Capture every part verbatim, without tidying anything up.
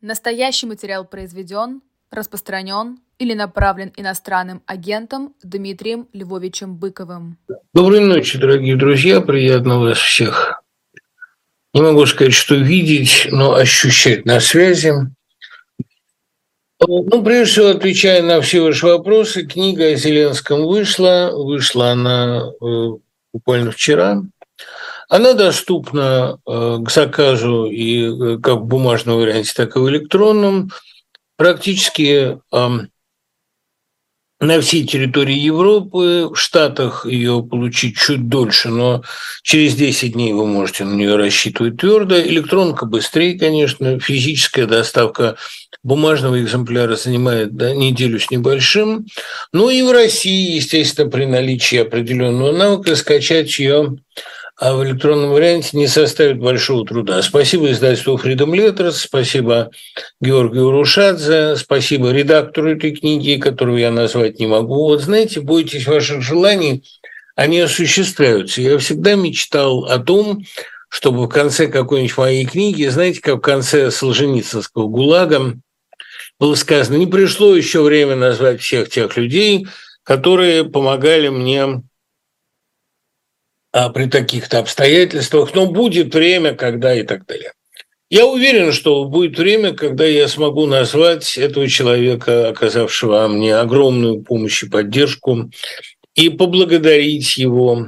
Настоящий материал произведен, распространен или направлен иностранным агентом Дмитрием Львовичем Быковым. Доброй ночи, дорогие друзья, приятно вас всех. Не могу сказать, что видеть, но ощущать на связи. Ну, прежде всего, отвечая на все ваши вопросы, книга о Зеленском вышла. Вышла она э, буквально вчера. Она доступна э, к заказу и э, как в бумажном варианте, так и в электронном. Практически э, на всей территории Европы. В Штатах ее получить чуть дольше, но через десять дней вы можете на нее рассчитывать твердо. Электронка быстрее, конечно. Физическая доставка бумажного экземпляра занимает да, неделю с небольшим. Ну и в России, естественно, при наличии определенного навыка скачать ее а в электронном варианте не составит большого труда. Спасибо издательству Freedom Letters, спасибо Георгию Рушадзе, спасибо редактору этой книги, которую я назвать не могу. Вот знаете, бойтесь ваших желаний, они осуществляются. Я всегда мечтал о том, чтобы в конце какой-нибудь моей книги, знаете, как в конце Солженицынского «ГУЛАГа» было сказано, не пришло еще время назвать всех тех людей, которые помогали мне а при таких-то обстоятельствах, но будет время, когда и так далее. Я уверен, что будет время, когда я смогу назвать этого человека, оказавшего мне огромную помощь и поддержку, и поблагодарить его.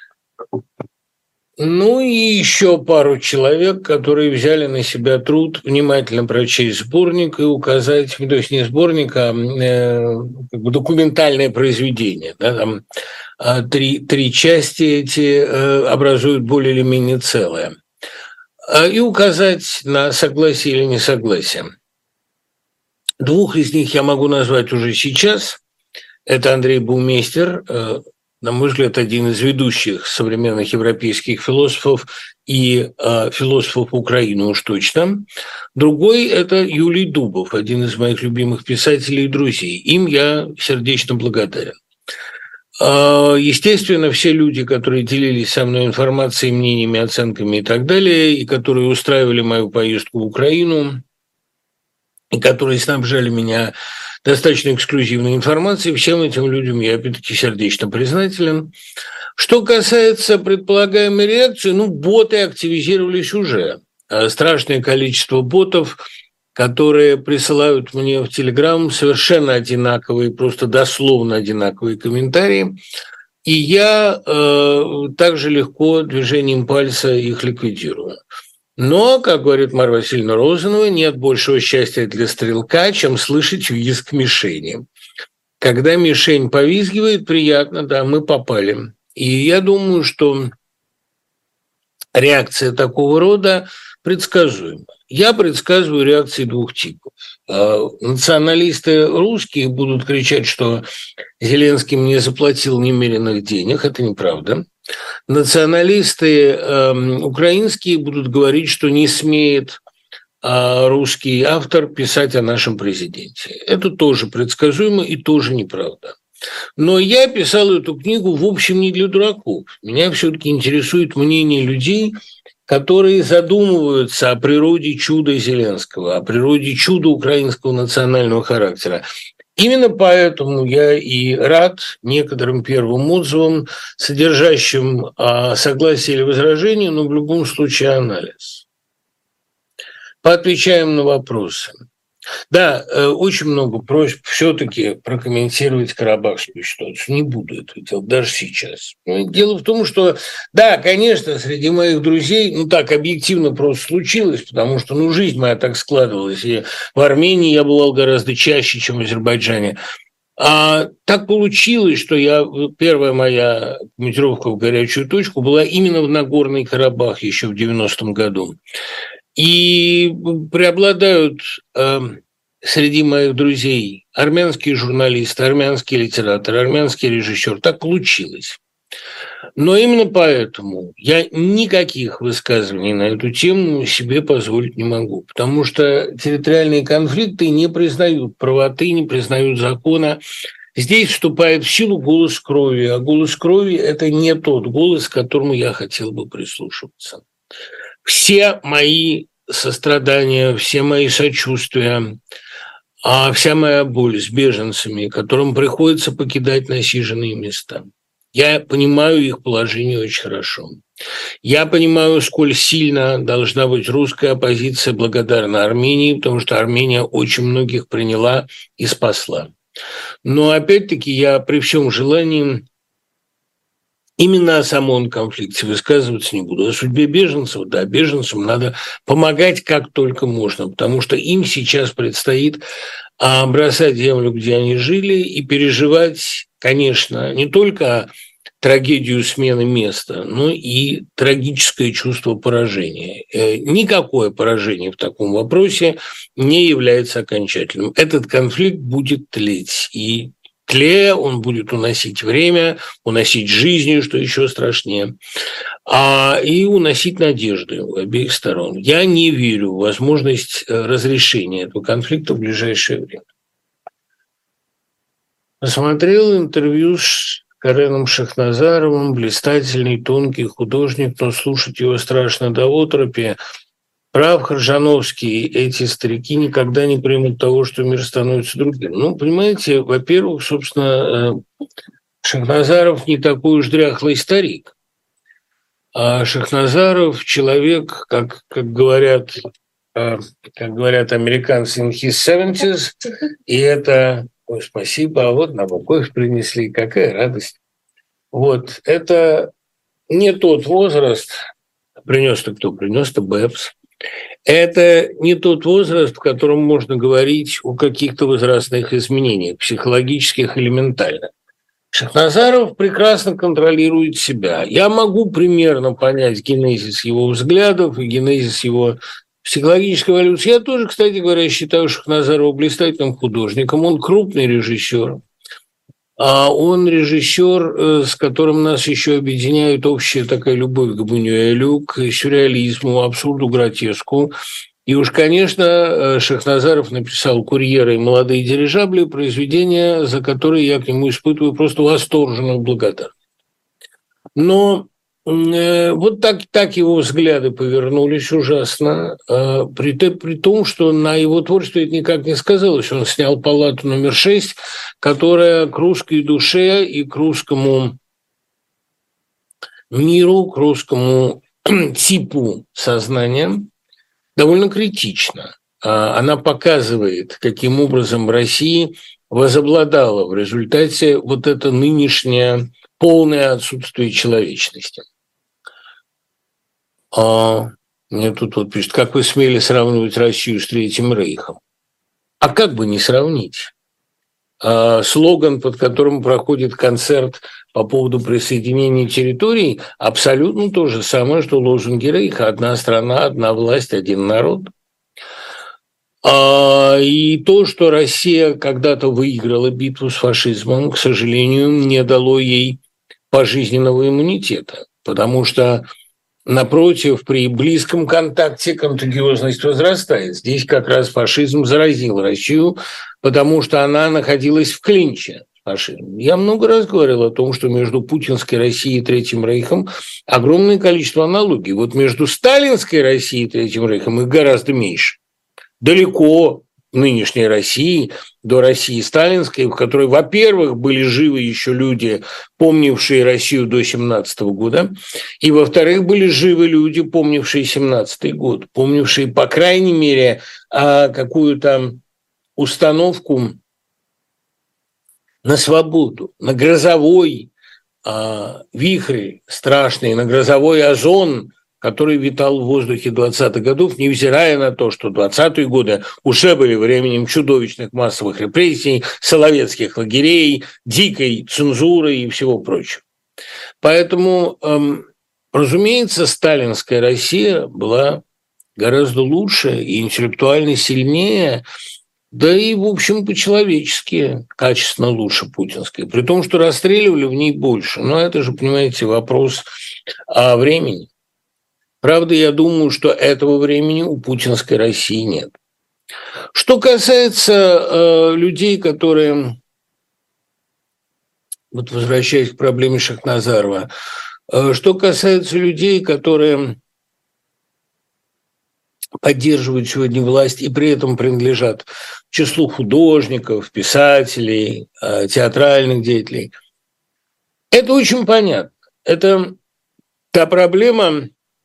Ну и еще пару человек, которые взяли на себя труд внимательно прочесть сборник и указать, то есть не сборник, а э, как бы документальное произведение. Да, там э, три, три части эти э, образуют более или менее целое. И указать на согласие или несогласие. Двух из них я могу назвать уже сейчас. Это Андрей Баумейстер, э, на мой взгляд, один из ведущих современных европейских философов и э, философов Украины уж точно. Другой – это Юлий Дубов, один из моих любимых писателей и друзей. Им я сердечно благодарен. Э, естественно, все люди, которые делились со мной информацией, мнениями, оценками и так далее, и которые устраивали мою поездку в Украину, и которые снабжали меня достаточно эксклюзивной информацией. Всем этим людям я, опять-таки, сердечно признателен. Что касается предполагаемой реакции, ну, боты активизировались уже. Страшное количество ботов, которые присылают мне в Телеграм совершенно одинаковые, просто дословно одинаковые комментарии. И я э, также легко движением пальца их ликвидирую. Но, как говорит Марья Васильевна Розанова, нет большего счастья для стрелка, чем слышать визг мишени. Когда мишень повизгивает, приятно, да, мы попали. И я думаю, что реакция такого рода предсказуема. Я предсказываю реакции двух типов. Националисты русские будут кричать, что Зеленский мне заплатил немеренных денег. Это неправда. Националисты э, украинские будут говорить, что не смеет э, русский автор писать о нашем президенте. Это тоже предсказуемо и тоже неправда. Но я писал эту книгу, в общем, не для дураков. Меня все-таки интересует мнение людей, которые задумываются о природе чуда Зеленского, о природе чуда украинского национального характера. Именно поэтому я и рад некоторым первым отзывам, содержащим а, согласие или возражение, но в любом случае анализ. Поотвечаем на вопросы. Да, очень много просьб все-таки прокомментировать карабахскую ситуацию. Не буду этого делать, даже сейчас. Дело в том, что, да, конечно, среди моих друзей, ну так, объективно просто случилось, потому что, ну, жизнь моя так складывалась. И в Армении я бывал гораздо чаще, чем в Азербайджане. А так получилось, что я, первая моя командировка в горячую точку была именно в Нагорный Карабах еще в девяностом году. И преобладают э, среди моих друзей армянские журналисты, армянские литераторы, армянский режиссер. Так получилось. Но именно поэтому я никаких высказываний на эту тему себе позволить не могу, потому что территориальные конфликты не признают правоты, не признают закона. Здесь вступает в силу голос крови, а голос крови – это не тот голос, к которому я хотел бы прислушиваться. Все мои сострадания, все мои сочувствия, а вся моя боль с беженцами, которым приходится покидать насиженные места. Я понимаю их положение очень хорошо. Я понимаю, сколь сильно должна быть русская оппозиция благодарна Армении, потому что Армения очень многих приняла и спасла. Но опять-таки я при всем желании именно о самом конфликте высказываться не буду. О судьбе беженцев, да, беженцам надо помогать как только можно, потому что им сейчас предстоит бросать землю, где они жили, и переживать, конечно, не только трагедию смены места, но и трагическое чувство поражения. Никакое поражение в таком вопросе не является окончательным. Этот конфликт будет тлеть, и тлея он будет уносить время, уносить жизни, что еще страшнее, а и уносить надежды у обеих сторон. Я не верю в возможность разрешения этого конфликта в ближайшее время. Посмотрел интервью с Кареном Шахназаровым, блистательный, тонкий художник, но слушать его страшно до оторопи. Прав Хоржановский, эти старики никогда не примут того, что мир становится другим. Ну, понимаете, во-первых, собственно, Шахназаров не такой уж дряхлый старик. А Шахназаров человек, как, как говорят, как говорят американцы, in his seventies, и это... Ой, спасибо, а вот нам кофе принесли, какая радость. Вот, это не тот возраст, принес-то кто? Принес-то Бэбс. Это не тот возраст, в котором можно говорить о каких-то возрастных изменениях, психологических элементально. Шахназаров прекрасно контролирует себя. Я могу примерно понять генезис его взглядов и генезис его психологической эволюции. Я тоже, кстати говоря, считаю Шахназарова блистательным художником. Он крупный режиссер. А он режиссер, с которым нас еще объединяет общая такая любовь к Бунюэлю, к сюрреализму, абсурду, гротеску. И уж, конечно, Шахназаров написал «Курьеры» и «Молодые дирижабли», произведения, за которые я к нему испытываю просто восторженную благодарность. Но э, вот так, так его взгляды повернулись ужасно, э, при, при том, что на его творчестве это никак не сказалось. Он снял «Палату номер шесть», которая к русской душе и к русскому миру, к русскому типу сознания довольно критично. Она показывает, каким образом в России возобладало в результате вот это нынешнее полное отсутствие человечности. А мне тут вот пишут, как вы смели сравнивать Россию с Третьим Рейхом? А как бы не сравнить? А слоган, под которым проходит концерт по поводу присоединения территорий, абсолютно то же самое, что лозунги Рейха: «Одна страна, одна власть, один народ». И то, что Россия когда-то выиграла битву с фашизмом, к сожалению, не дало ей пожизненного иммунитета, потому что, напротив, при близком контакте контагиозность возрастает. Здесь как раз фашизм заразил Россию, потому что она находилась в клинче с фашизмом. Я много раз говорил о том, что между путинской Россией и Третьим Рейхом огромное количество аналогий. Вот между сталинской Россией и Третьим Рейхом их гораздо меньше. Далеко нынешней России до России сталинской, в которой, во-первых, были живы еще люди, помнившие Россию до семнадцатого года, и, во-вторых, были живы люди, помнившие семнадцатый год, помнившие, по крайней мере, какую-то установку на свободу, на грозовой вихрь страшный, на грозовой озон, который витал в воздухе двадцатых годов, невзирая на то, что двадцатые годы уже были временем чудовищных массовых репрессий, соловецких лагерей, дикой цензуры и всего прочего. Поэтому, эм, разумеется, сталинская Россия была гораздо лучше и интеллектуально сильнее, да и, в общем, по-человечески качественно лучше путинской, при том, что расстреливали в ней больше. Но это же, понимаете, вопрос о времени. Правда, я думаю, что этого времени у путинской России нет. Что касается э, людей, которые, вот возвращаясь к проблеме Шахназарова, э, что касается людей, которые поддерживают сегодня власть и при этом принадлежат к числу художников, писателей, театральных деятелей. Это очень понятно. Это та проблема,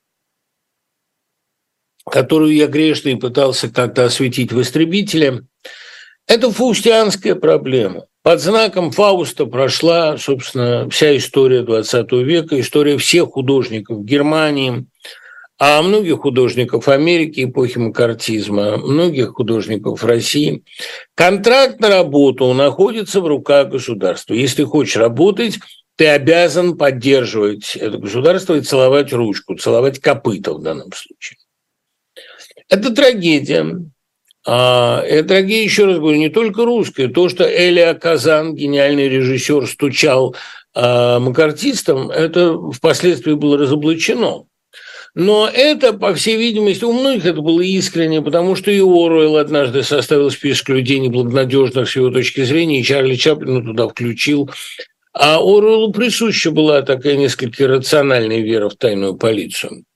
которую я грешный пытался как-то осветить в «Истребителе». Это фаустианская проблема. Под знаком Фауста прошла, собственно, вся история двадцатого века, история всех художников Германии, а многих художников Америки эпохи маккартизма, многих художников России. Контракт на работу находится в руках государства. Если хочешь работать, ты обязан поддерживать это государство и целовать ручку, целовать копыта в данном случае. Это трагедия. Это трагедия, еще раз говорю, не только русская. То, что Элиа Казан, гениальный режиссер, стучал маккартистам, это впоследствии было разоблачено. Но это, по всей видимости, у многих это было искренне, потому что и Оруэлл однажды составил список людей неблагонадежных с его точки зрения, и Чарли Чаплина туда включил. А Оруэллу присуща была такая несколько иррациональная вера в тайную полицию.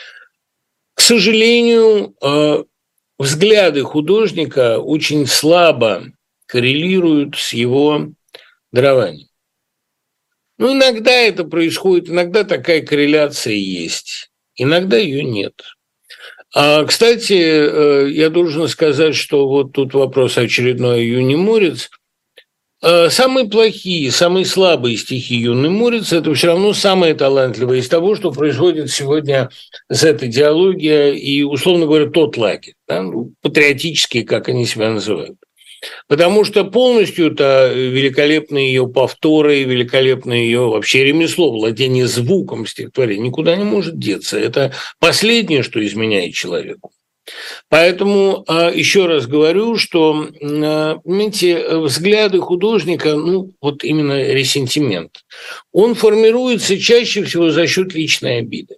К сожалению, взгляды художника очень слабо коррелируют с его дарованием. Ну, иногда это происходит, иногда такая корреляция есть. Иногда ее нет. А, кстати, я должен сказать, что вот тут вопрос очередной Юни Морец. Самые плохие, самые слабые стихи Юны Морец – это все равно самое талантливое из того, что происходит сегодня зет-идеология и, условно говоря, тот лагерь, да, патриотические, как они себя называют. Потому что полностью это великолепные ее повторы, великолепное ее вообще ремесло, владение звуком стихотворения никуда не может деться. Это последнее, что изменяет человеку. Поэтому еще раз говорю, что, понимаете, взгляды художника, ну, вот именно ресентимент, он формируется чаще всего за счет личной обиды.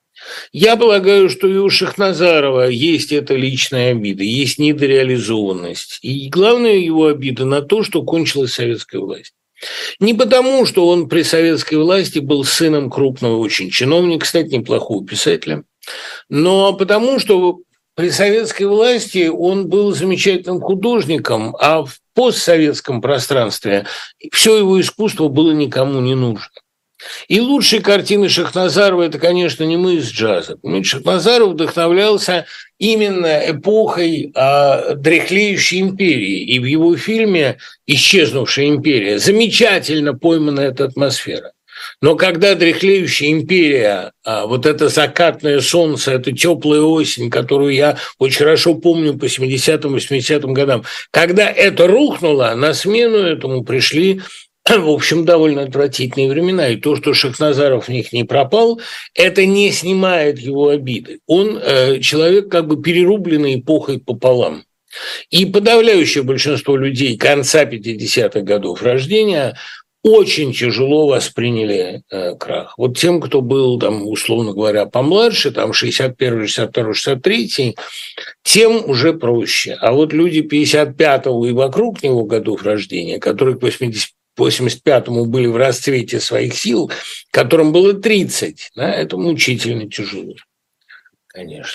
Я полагаю, что и у Шахназарова есть эта личная обида, есть недореализованность. И главная его обида на то, что кончилась советская власть. Не потому, что он при советской власти был сыном крупного очень чиновника, кстати, неплохого писателя, но потому, что при советской власти он был замечательным художником, а в постсоветском пространстве все его искусство было никому не нужно. И лучшие картины Шахназарова – это, конечно, не мы из джаза. Понимаете, Шахназаров вдохновлялся именно эпохой а, дряхлеющей империи. И в его фильме «Исчезнувшая империя» замечательно поймана эта атмосфера. Но когда дряхлеющая империя, а, вот это закатное солнце, это теплая осень, которую я очень хорошо помню по семидесятым, восьмидесятым годам, когда это рухнуло, на смену этому пришли, в общем, довольно отвратительные времена. И то, что Шахназаров в них не пропал, это не снимает его обиды. Он э, человек, как бы перерубленный эпохой пополам. И подавляющее большинство людей конца пятидесятых годов рождения очень тяжело восприняли э, крах. Вот тем, кто был, там, условно говоря, помладше, там, шестьдесят первый, шестьдесят второй, шестьдесят третий, тем уже проще. А вот люди пятьдесят пятого и вокруг него годов рождения, которые к восемьдесят пятому были в расцвете своих сил, которым было тридцать, да, это мучительно тяжело, конечно.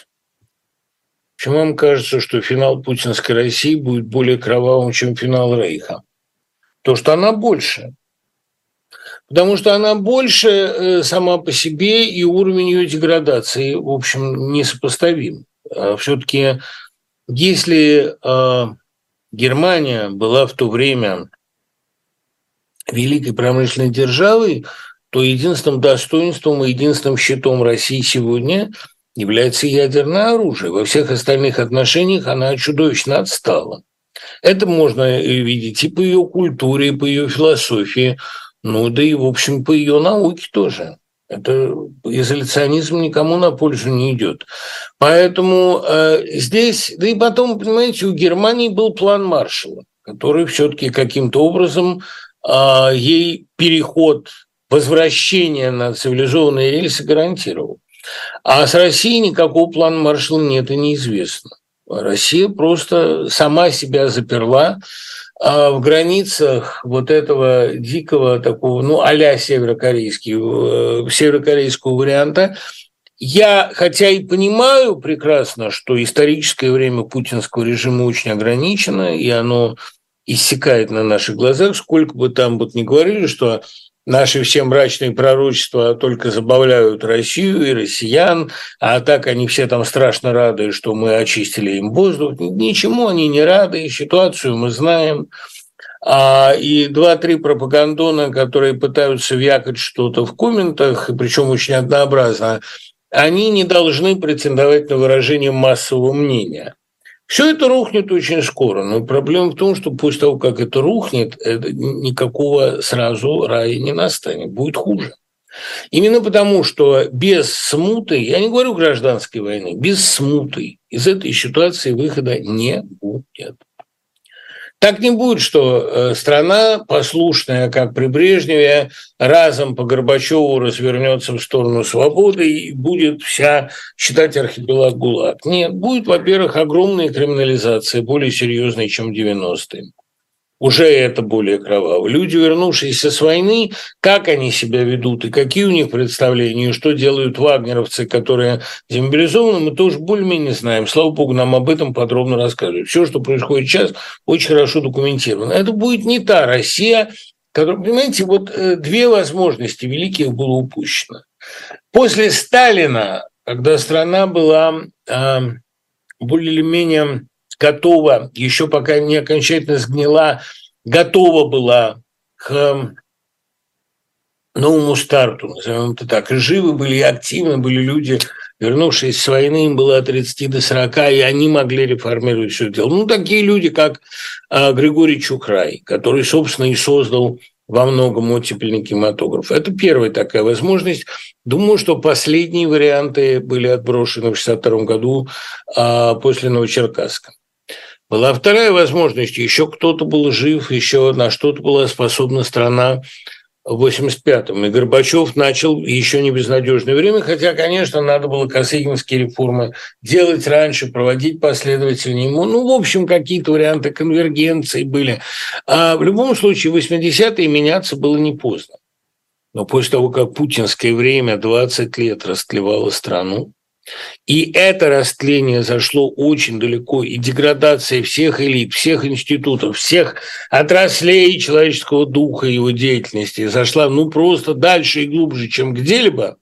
Почему вам кажется, что финал путинской России будет более кровавым, чем финал Рейха? То, что она больше. Потому что она больше сама по себе, и уровень ее деградации, в общем, несопоставим. Все-таки, если Германия была в то время великой промышленной державой, то единственным достоинством и единственным щитом России сегодня является ядерное оружие. Во всех остальных отношениях она чудовищно отстала. Это можно видеть и по ее культуре, и по ее философии, ну да и, в общем, по ее науке тоже. Это изоляционизм никому на пользу не идет. Поэтому э, здесь, да и потом, понимаете, у Германии был план Маршалла, который все-таки каким-то образом э, ей переход, возвращение на цивилизованные рельсы гарантировал. А с Россией никакого плана Маршалла нет и неизвестно. Россия просто сама себя заперла в границах вот этого дикого такого, ну, а-ля северокорейского, северокорейского варианта. Я, хотя и понимаю прекрасно, что историческое время путинского режима очень ограничено, и оно иссякает на наших глазах, сколько бы там вот ни говорили, что наши все мрачные пророчества только забавляют Россию и россиян, а так они все там страшно рады, что мы очистили им воздух. Ничему они не рады, ситуацию мы знаем. А, и два-три пропагандона, которые пытаются вякать что-то в комментах, и причем очень однообразно, они не должны претендовать на выражение массового мнения. Все это рухнет очень скоро, но проблема в том, что после того, как это рухнет, это никакого сразу рая не настанет, будет хуже. Именно потому, что без смуты, я не говорю гражданской войны, без смуты из этой ситуации выхода не будет. Так не будет, что страна, послушная, как при Брежневе, разом по Горбачеву развернется в сторону свободы и будет вся считать архипелаг ГУЛАГ. Нет, будет, во-первых, огромная криминализация, более серьезная, чем в девяностые. Уже это более кроваво. Люди, вернувшиеся с войны, как они себя ведут и какие у них представления, и что делают вагнеровцы, которые демобилизованы, мы тоже более-менее знаем. Слава богу, нам об этом подробно рассказывают. Все, что происходит сейчас, очень хорошо документировано. Это будет не та Россия, которая, понимаете, вот две возможности великих было упущено. После Сталина, когда страна была э, более или менее готова, еще пока не окончательно сгнила, готова была к новому старту, назовем это так. И живы были, и активны были люди, вернувшиеся с войны, им было от тридцати до сорока, и они могли реформировать все дело. Ну, такие люди, как а, Григорий Чухрай, который, собственно, и создал во многом оттепельный кинематограф. Это первая такая возможность. Думаю, что последние варианты были отброшены в шестьдесят втором году а, после Новочеркасска. Была вторая возможность, еще кто-то был жив, еще на что-то была способна страна в восемьдесят пятом. И Горбачев начал еще не безнадежное время, хотя, конечно, надо было косыгинские реформы делать раньше, проводить последовательнее. Ну, в общем, какие-то варианты конвергенции были. А в любом случае, в восьмидесятые меняться было не поздно. Но после того, как путинское время двадцать лет растлевало страну, и это растление зашло очень далеко, и деградация всех элит, всех институтов, всех отраслей человеческого духа и его деятельности зашла ну просто дальше и глубже, чем где-либо,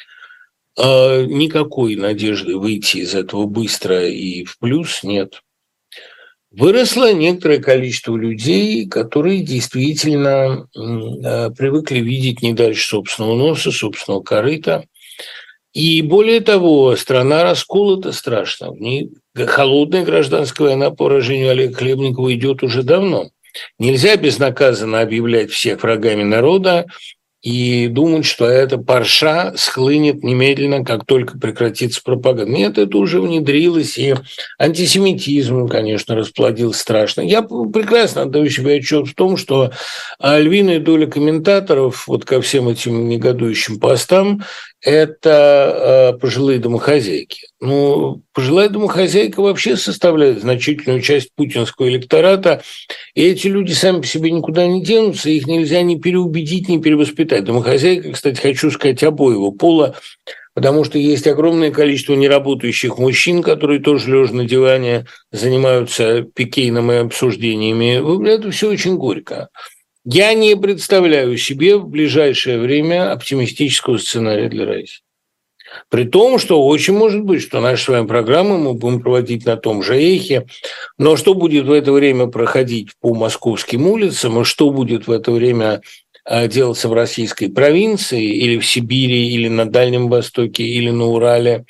э, никакой надежды выйти из этого быстро и в плюс нет. Выросло некоторое количество людей, которые действительно э, привыкли видеть не дальше собственного носа, собственного корыта. И более того, страна расколота страшно. В ней холодная гражданская война по выражению Олега Хлебникова идет уже давно. Нельзя безнаказанно объявлять всех врагами народа и думать, что эта парша схлынет немедленно, как только прекратится пропаганда. Нет, это уже внедрилось, и антисемитизм, конечно, расплодился страшно. Я прекрасно отдаю себе отчет в том, что львиная доля комментаторов вот ко всем этим негодующим постам – это пожилые домохозяйки. Ну, пожилая домохозяйка вообще составляет значительную часть путинского электората, и эти люди сами по себе никуда не денутся, их нельзя ни переубедить, ни перевоспитать. Домохозяйка, кстати, хочу сказать, обоего пола, потому что есть огромное количество неработающих мужчин, которые тоже, лежа на диване, занимаются пикейным и обсуждениями. Это все очень горько. Я не представляю себе в ближайшее время оптимистического сценария для России. При том, что очень может быть, что наши с вами программы мы будем проводить на том же эхе, но что будет в это время проходить по московским улицам, и что будет в это время делаться в российской провинции, или в Сибири, или на Дальнем Востоке, или на Урале,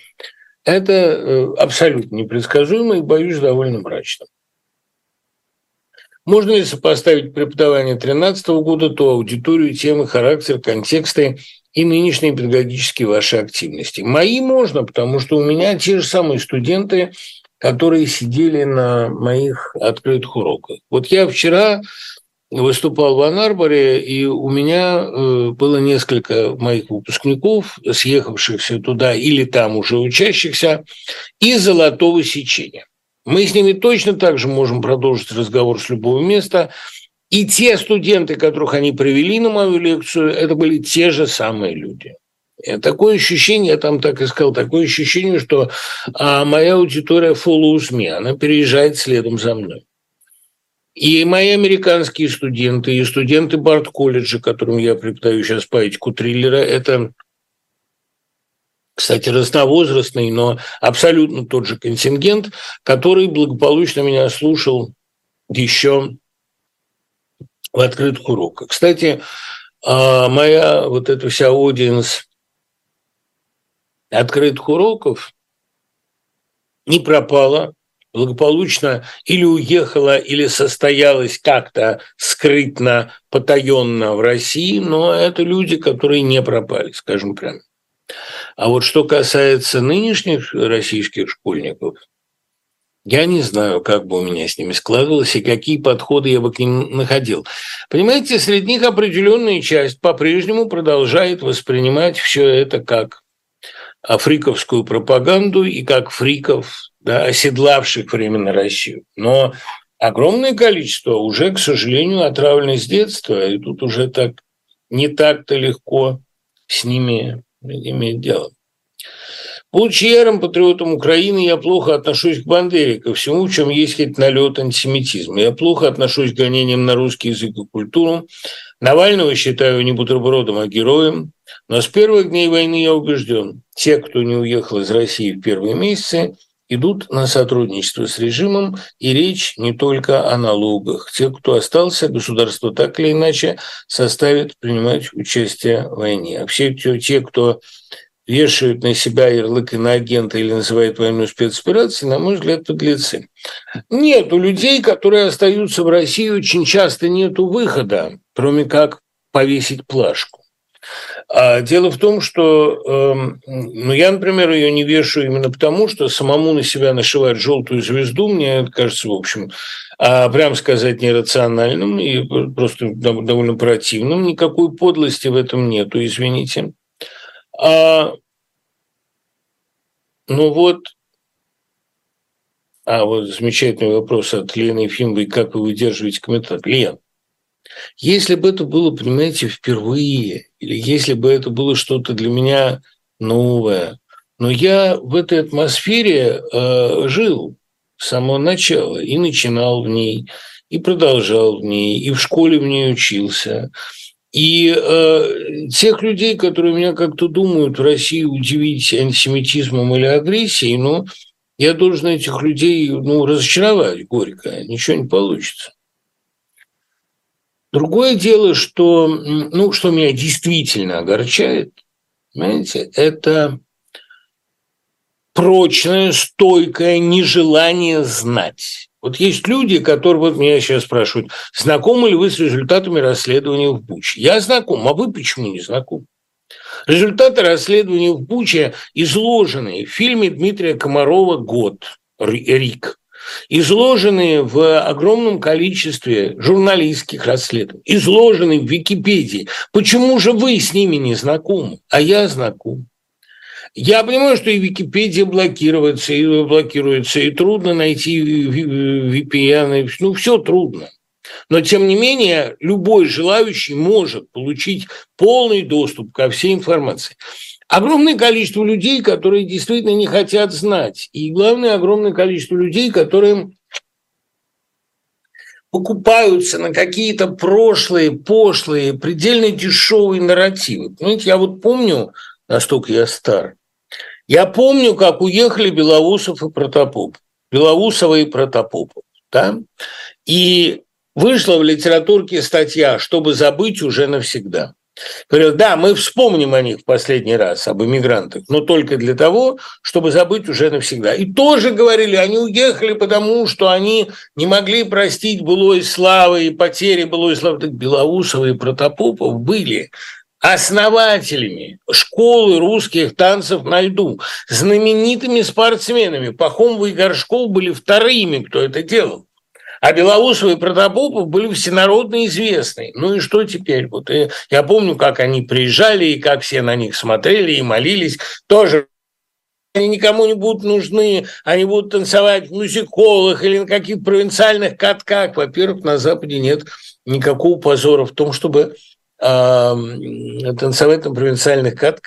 это абсолютно непредсказуемо и, боюсь, довольно мрачно. Можно ли сопоставить преподавание две тысячи тринадцатого года, ту аудиторию, темы, характер, контексты и нынешние педагогические ваши активности? Мои можно, потому что у меня те же самые студенты, которые сидели на моих открытых уроках. Вот я вчера выступал в Ан-Арборе, и у меня было несколько моих выпускников, съехавшихся туда или там уже учащихся, из Золотого Сечения. Мы с ними точно так же можем продолжить разговор с любого места. И те студенты, которых они привели на мою лекцию, это были те же самые люди. Такое ощущение, я там так и сказал, такое ощущение, что а, моя аудитория follows me, она переезжает следом за мной. И мои американские студенты, и студенты Барт-колледжа, которым я преподаю сейчас поэтику триллера, это, кстати, разновозрастный, но абсолютно тот же контингент, который благополучно меня слушал еще в открытых уроках. Кстати, моя вот эта вся аудиенс открытых уроков не пропала, благополучно или уехала, или состоялась как-то скрытно, потаенно в России, но это люди, которые не пропали, скажем прямо. А вот что касается нынешних российских школьников, я не знаю, как бы у меня с ними складывалось и какие подходы я бы к ним находил. Понимаете, среди них определенная часть по-прежнему продолжает воспринимать все это как фриковскую пропаганду и как фриков, да, оседлавших временно Россию. Но огромное количество уже, к сожалению, отравлено с детства, и тут уже так не так-то легко с ними иметь дело. Будучи ярым патриотом Украины, я плохо отношусь к Бандере, ко всему, в чем есть хоть налет антисемитизма. Я плохо отношусь к гонениям на русский язык и культуру. Навального считаю не бутербродом, а героем. Но с первых дней войны я убежден, те, кто не уехал из России в первые месяцы, идут на сотрудничество с режимом, и речь не только о налогах. Те, кто остался, государство так или иначе составит принимать участие в войне. А все те, кто вешают на себя ярлык иноагента или называют войну спецоперацией, на мой взгляд, подлецы. Нет, у людей, которые остаются в России, очень часто нет выхода, кроме как повесить плашку. А дело в том, что, э, ну, я, например, ее не вешаю именно потому, что самому на себя нашивать желтую звезду, мне кажется, в общем, а, прям сказать, нерациональным и просто довольно противным. Никакой подлости в этом нету, извините. А, ну вот, а вот замечательный вопрос от Лены Ефимовой, как вы выдерживаете комментарий. Лен, если бы это было, понимаете, впервые, или если бы это было что-то для меня новое, но я в этой атмосфере э, жил с самого начала и начинал в ней, и продолжал в ней, и в школе в ней учился. И э, тех людей, которые меня как-то думают в России удивить антисемитизмом или агрессией, ну, я должен этих людей, ну, разочаровать горько, ничего не получится. Другое дело, что, ну, что меня действительно огорчает, понимаете, это прочное, стойкое нежелание знать. Вот есть люди, которые вот меня сейчас спрашивают, знакомы ли вы с результатами расследования в Буче? Я знаком, а вы почему не знакомы? Результаты расследования в Буче изложены в фильме Дмитрия Комарова «Год», «Рик», изложены в огромном количестве журналистских расследований, изложены в Википедии. Почему же вы с ними не знакомы? А я знаком. Я понимаю, что и Википедия блокируется, и блокируется, и трудно найти ви пи эн, ну, все трудно. Но, тем не менее, любой желающий может получить полный доступ ко всей информации. Огромное количество людей, которые действительно не хотят знать. И, главное, огромное количество людей, которые покупаются на какие-то прошлые, пошлые, предельно дешевые нарративы. Понимаете, я вот помню, настолько я стар, я помню, как уехали Белоусов и Протопопов. Белоусова и Протопопов, да? И вышла в литературке статья «Чтобы забыть уже навсегда». Говорят, да, мы вспомним о них в последний раз, об эмигрантах, но только для того, чтобы забыть уже навсегда. И тоже говорили, они уехали, потому что они не могли простить былой славы и потери былой славы. Так Белоусова и Протопопов были основателями школы русских танцев на льду, знаменитыми спортсменами. Пахомов и Горшков были вторыми, кто это делал. А Белоусов и Протопопов были всенародно известны. Ну и что теперь? Вот и я помню, как они приезжали, и как все на них смотрели и молились. Тоже они никому не будут нужны, они будут танцевать в мюзик-холлах или на каких-то провинциальных катках. Во-первых, на Западе нет никакого позора в том, чтобы э, танцевать на провинциальных катках.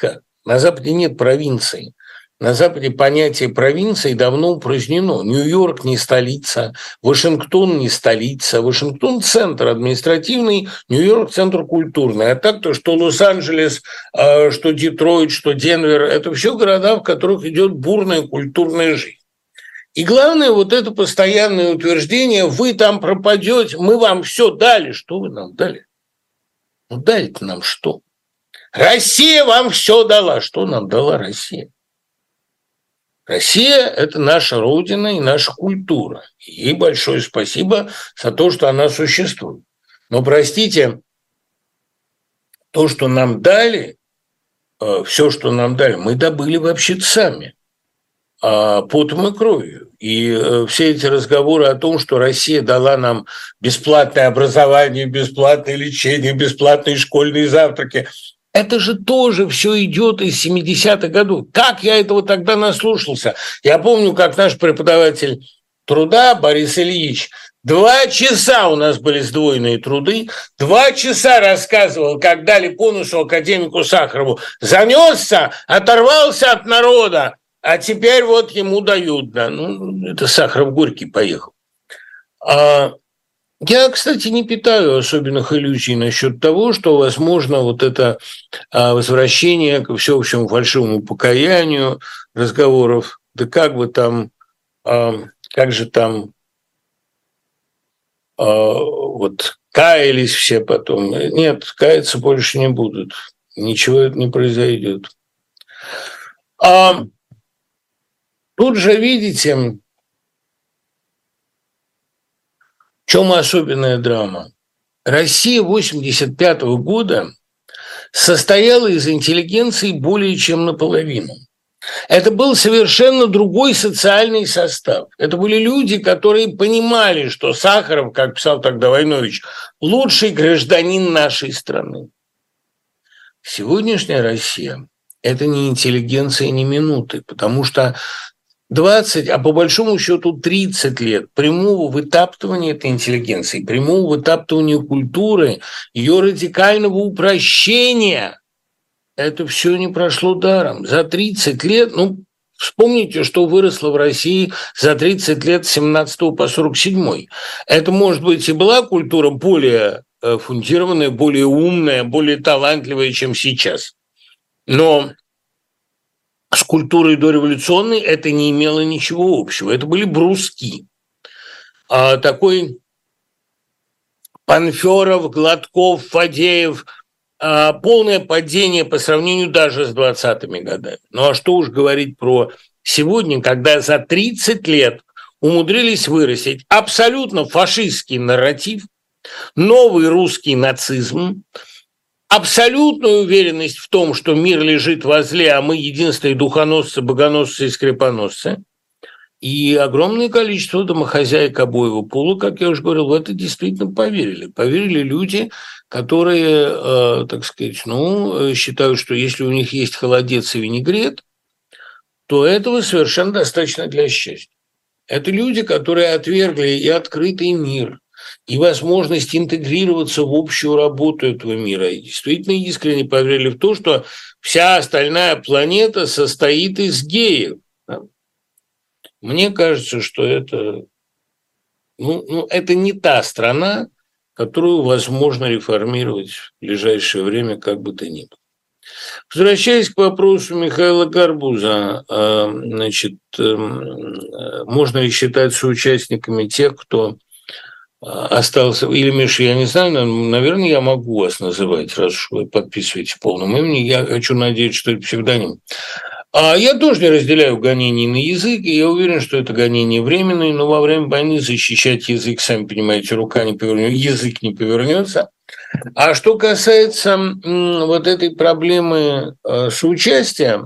На Западе нет провинции. На Западе понятие провинции давно упразднено. Нью-Йорк не столица, Вашингтон не столица. Вашингтон – центр административный, Нью-Йорк – центр культурный. А так-то, что Лос-Анджелес, что Детройт, что Денвер – это все города, в которых идет бурная культурная жизнь. И главное, вот это постоянное утверждение: вы там пропадете, мы вам все дали. Что вы нам дали? Ну, дали-то нам что? Россия вам все дала. Что нам дала Россия? Россия – это наша родина и наша культура. Ей большое спасибо за то, что она существует. Но, простите, то, что нам дали, все, что нам дали, мы добыли вообще-то сами, потом и кровью. И все эти разговоры о том, что Россия дала нам бесплатное образование, бесплатное лечение, бесплатные школьные завтраки – это же тоже все идет из семидесятых годов. Как я этого тогда наслушался? Я помню, как наш преподаватель труда Борис Ильич, два часа у нас были сдвоенные труды, два часа рассказывал, как дали по носу академику Сахарову. Занесся, оторвался от народа, а теперь вот ему дают. Да. Ну, это Сахаров Горький поехал. А Я, кстати, не питаю особенных иллюзий насчет того, что, возможно, вот это возвращение к всеобщему фальшивому покаянию, разговоров, да как бы там, как же там, вот каялись все потом. Нет, каяться больше не будут. Ничего не произойдет. А тут же, видите, в чем особенная драма? Россия восемьдесят пятого года состояла из интеллигенции более чем наполовину. Это был совершенно другой социальный состав. Это были люди, которые понимали, что Сахаров, как писал тогда Войнович, лучший гражданин нашей страны. Сегодняшняя Россия – это не интеллигенция ни минуты, потому что двадцать, а по большому счету тридцать лет прямого вытаптывания этой интеллигенции, прямого вытаптывания культуры, ее радикального упрощения, это все не прошло даром. За тридцать лет, ну, вспомните, что выросло в России за тридцать лет с семнадцатого по сорок седьмой. Это, может быть, и была культура более фундированная, более умная, более талантливая, чем сейчас. Но с культурой дореволюционной это не имело ничего общего. Это были бруски. А такой Панферов, Гладков, Фадеев а, – полное падение по сравнению даже с двадцатыми годами. Ну а что уж говорить про сегодня, когда за тридцать лет умудрились вырастить абсолютно фашистский нарратив, новый русский нацизм, абсолютную уверенность в том, что мир лежит возле, а мы единственные духоносцы, богоносцы и скрепоносцы, и огромное количество домохозяек обоего пола, как я уже говорил, в это действительно поверили. Поверили люди, которые, э, так сказать, ну, считают, что если у них есть холодец и винегрет, то этого совершенно достаточно для счастья. Это люди, которые отвергли и открытый мир, и возможность интегрироваться в общую работу этого мира. И действительно искренне поверили в то, что вся остальная планета состоит из геев. Мне кажется, что это, ну, ну, это не та страна, которую возможно реформировать в ближайшее время, как бы то ни было. Возвращаясь к вопросу Михаила Гарбуза, значит, можно ли считать соучастниками тех, кто остался, или, Миша, я не знаю, наверное, я могу вас называть, раз уж вы подписываете в полном имени, я хочу надеяться, что это псевдоним. А я тоже не разделяю гонений на язык, и я уверен, что это гонения временные, но во время войны защищать язык, сами понимаете, рука не повернется, язык не повернется. А что касается вот этой проблемы соучастия,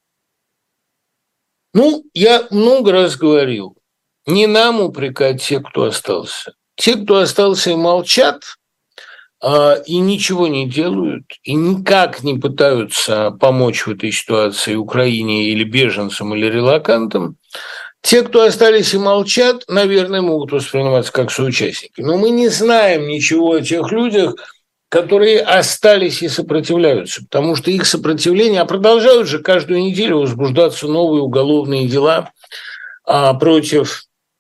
ну, я много раз говорил, не нам упрекать тех, кто остался. Те, кто остался и молчат, и ничего не делают, и никак не пытаются помочь в этой ситуации Украине или беженцам, или релокантам, те, кто остались и молчат, наверное, могут восприниматься как соучастники. Но мы не знаем ничего о тех людях, которые остались и сопротивляются, потому что их сопротивление, а продолжают же каждую неделю возбуждаться новые уголовные дела а, против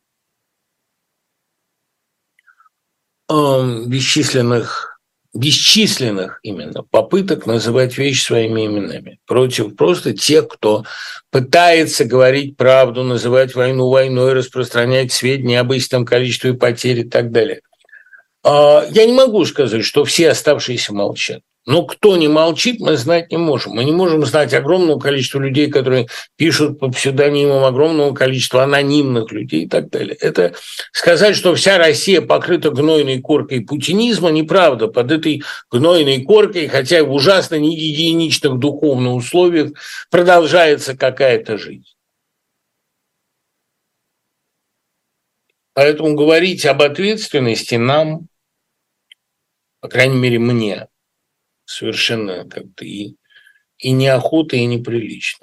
э, бесчисленных, бесчисленных именно попыток называть вещи своими именами, против просто тех, кто пытается говорить правду, называть войну войной, распространять сведения об истинном количестве потерь и так далее. Я не могу сказать, что все оставшиеся молчат. Но кто не молчит, мы знать не можем. Мы не можем знать огромного количества людей, которые пишут под псевдонимом, огромного количества анонимных людей и так далее. Это сказать, что вся Россия покрыта гнойной коркой путинизма, неправда. Под этой гнойной коркой, хотя и в ужасно негигиеничных духовных условиях, продолжается какая-то жизнь. Поэтому говорить об ответственности нам, по крайней мере, мне, совершенно как-то и, и неохота, и неприлично.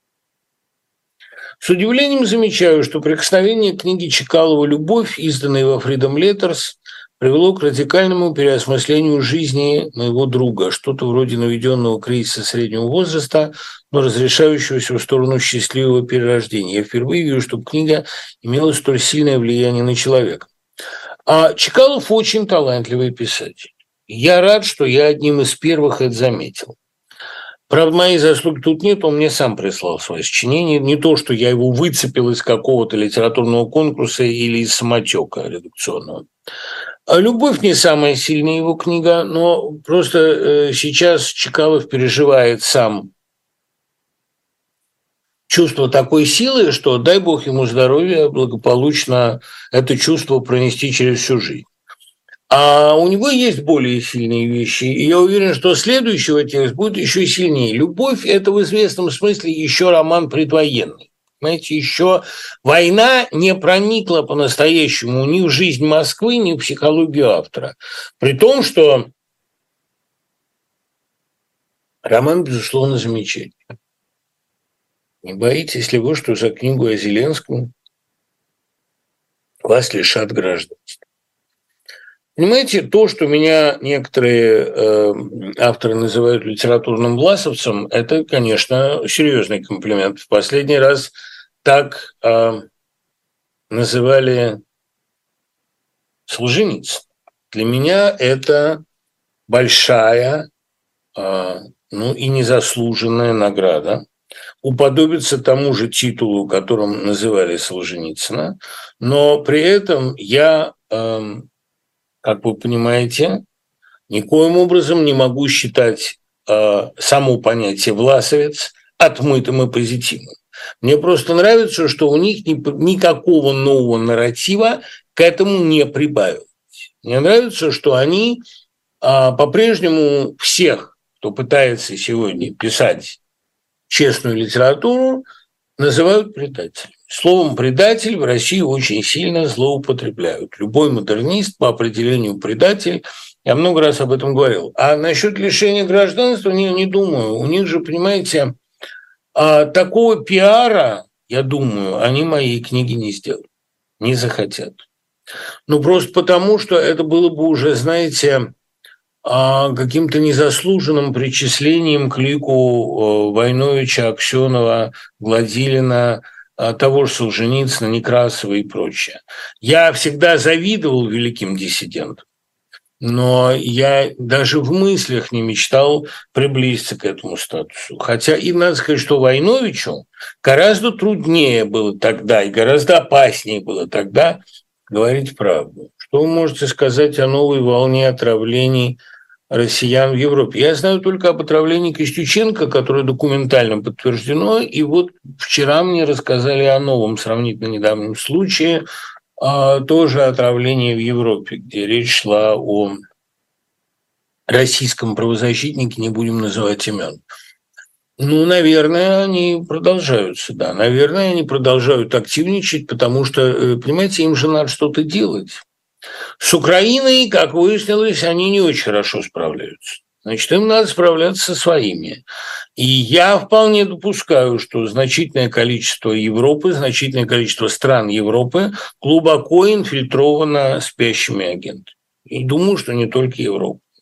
С удивлением замечаю, что прикосновение книги Чекалова «Любовь», изданной во Freedom Letters, привело к радикальному переосмыслению жизни моего друга, что-то вроде наведенного кризиса среднего возраста, но разрешающегося в сторону счастливого перерождения. Я впервые вижу, что книга имела столь сильное влияние на человека. А Чекалов очень талантливый писатель. Я рад, что я одним из первых это заметил. Правда, моей заслуги тут нет, он мне сам прислал свое сочинение. Не то, что я его выцепил из какого-то литературного конкурса или из самотека редакционного. А «Любовь» не самая сильная его книга, но просто сейчас Чекалов переживает сам чувство такой силы, что, дай бог ему здоровья, благополучно это чувство пронести через всю жизнь. А у него есть более сильные вещи, и я уверен, что следующего текст будет еще сильнее. «Любовь» – это в известном смысле еще роман предвоенный. Знаете, еще война не проникла по-настоящему ни в жизнь Москвы, ни в психологию автора. При том, что роман, безусловно, замечательный. Не боитесь ли вы, что за книгу о Зеленском вас лишат гражданства? Понимаете, то, что меня некоторые э, авторы называют литературным власовцем, это, конечно, серьезный комплимент. В последний раз так э, называли Солженицына. Для меня это большая, э, ну и незаслуженная награда. Уподобиться тому же титулу, которым называли Солженицына, но при этом я... Э, Как вы понимаете, никоим образом не могу считать э, само понятие «власовец» отмытым и позитивным. Мне просто нравится, что у них ни, никакого нового нарратива к этому не прибавилось. Мне нравится, что они э, по-прежнему всех, кто пытается сегодня писать честную литературу, называют предателем. Словом «предатель» в России очень сильно злоупотребляют. Любой модернист по определению предатель. Я много раз об этом говорил. А насчет лишения гражданства не, не думаю. У них же, понимаете, такого пиара, я думаю, они моей книги не сделают, не захотят. Ну, просто потому, что это было бы уже, знаете, каким-то незаслуженным причислением к лику Войновича, Аксёнова, Гладилина, того же Солженицына, Некрасова и прочее. Я всегда завидовал великим диссидентам, но я даже в мыслях не мечтал приблизиться к этому статусу. Хотя и надо сказать, что Войновичу гораздо труднее было тогда и гораздо опаснее было тогда говорить правду. Что вы можете сказать о новой волне отравлений россиян в Европе? Я знаю только об отравлении Костюченко, которое документально подтверждено, и вот вчера мне рассказали о новом сравнительно недавнем случае, а, тоже отравлении в Европе, где речь шла о российском правозащитнике, не будем называть имен. Ну, наверное, они продолжаются, да, наверное, они продолжают активничать, потому что, понимаете, им же надо что-то делать. С Украиной, как выяснилось, они не очень хорошо справляются. Значит, им надо справляться со своими. И я вполне допускаю, что значительное количество Европы, значительное количество стран Европы глубоко инфильтровано спящими агентами. И думаю, что не только Европа.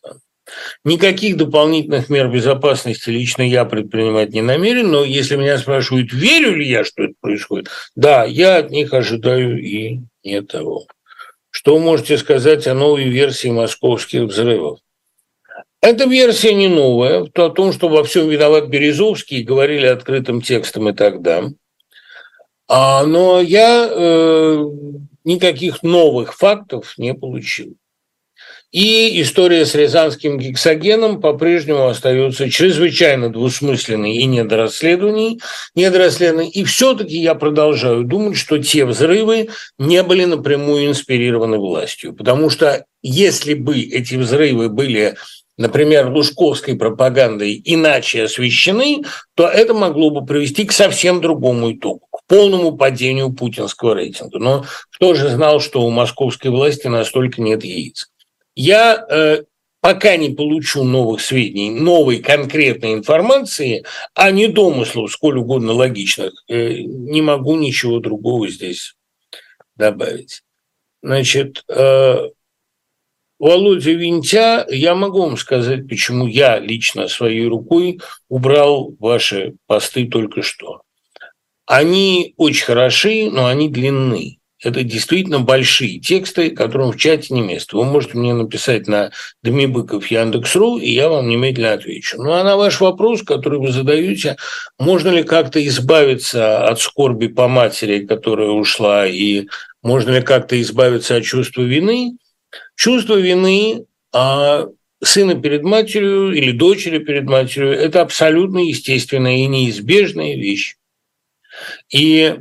Никаких дополнительных мер безопасности лично я предпринимать не намерен, но если меня спрашивают, верю ли я, что это происходит, да, я от них ожидаю и не того. Что вы можете сказать о новой версии московских взрывов? Эта версия не новая, о том, что во всем виноват Березовский, говорили открытым текстом и тогда. А, но я э, никаких новых фактов не получил. И история с рязанским гексогеном по-прежнему остается чрезвычайно двусмысленной и недорасследованной, недорасследованной. И все-таки я продолжаю думать, что те взрывы не были напрямую инспирированы властью. Потому что если бы эти взрывы были, например, лужковской пропагандой иначе освещены, то это могло бы привести к совсем другому итогу, к полному падению путинского рейтинга. Но кто же знал, что у московской власти настолько нет яиц? Я э, пока не получу новых сведений, новой конкретной информации, а не домыслов, сколь угодно логичных, э, не могу ничего другого здесь добавить. Значит, э, Володя Винтя, я могу вам сказать, почему я лично своей рукой убрал ваши посты только что. Они очень хороши, но они длинны. Это действительно большие тексты, которым в чате не место. Вы можете мне написать на Дмибыков Яндекс.ру, и я вам немедленно отвечу. Ну, а на ваш вопрос, который вы задаете, можно ли как-то избавиться от скорби по матери, которая ушла, и можно ли как-то избавиться от чувства вины? Чувство вины а сына перед матерью или дочери перед матерью – это абсолютно естественная и неизбежная вещь. И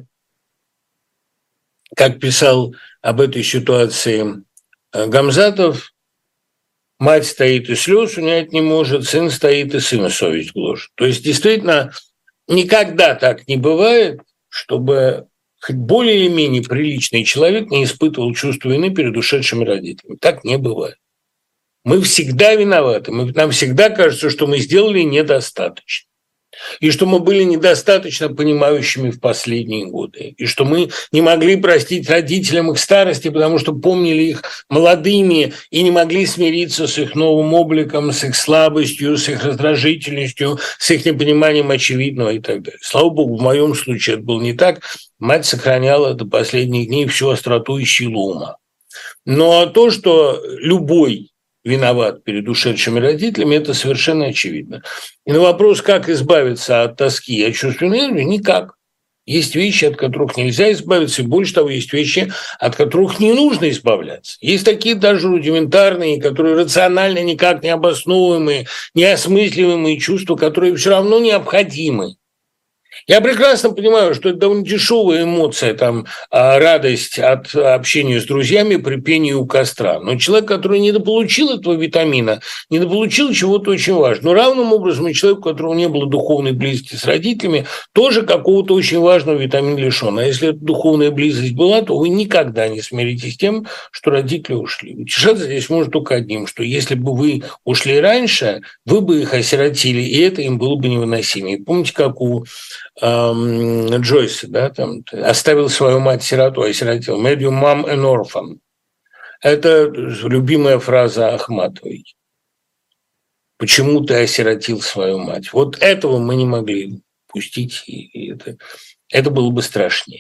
как писал об этой ситуации Гамзатов, мать стоит и слез унять не может, сын стоит и сына совесть гложет. То есть, действительно, никогда так не бывает, чтобы хоть более или менее приличный человек не испытывал чувство вины перед ушедшими родителями. Так не бывает. Мы всегда виноваты. Мы, нам всегда кажется, что мы сделали недостаточно. И что мы были недостаточно понимающими в последние годы. И что мы не могли простить родителям их старости, потому что помнили их молодыми и не могли смириться с их новым обликом, с их слабостью, с их раздражительностью, с их непониманием очевидного и так далее. Слава богу, в моем случае это было не так. Мать сохраняла до последних дней всю остроту и силу ума. Но то, что любой виноват перед ушедшими родителями, это совершенно очевидно. И на вопрос, как избавиться от тоски и от чувства вины, никак. Есть вещи, от которых нельзя избавиться, и больше того, есть вещи, от которых не нужно избавляться. Есть такие даже рудиментарные, которые рационально никак не обосновываемые, неосмысливаемые чувства, которые все равно необходимы. Я прекрасно понимаю, что это довольно дешевая эмоция, там, радость от общения с друзьями при пении у костра. Но человек, который недополучил этого витамина, недополучил чего-то очень важного. Но равным образом и человек, у которого не было духовной близости с родителями, тоже какого-то очень важного витамина лишен. А если эта духовная близость была, то вы никогда не смиритесь с тем, что родители ушли. Утешаться здесь может только одним, что если бы вы ушли раньше, вы бы их осиротили, и это им было бы невыносимо. Помните, как у Джойса, да, там, оставил свою мать сироту, осиротил. Made your mom an orphan. Это любимая фраза Ахматовой. Почему ты осиротил свою мать? Вот этого мы не могли пустить, и это, это было бы страшнее.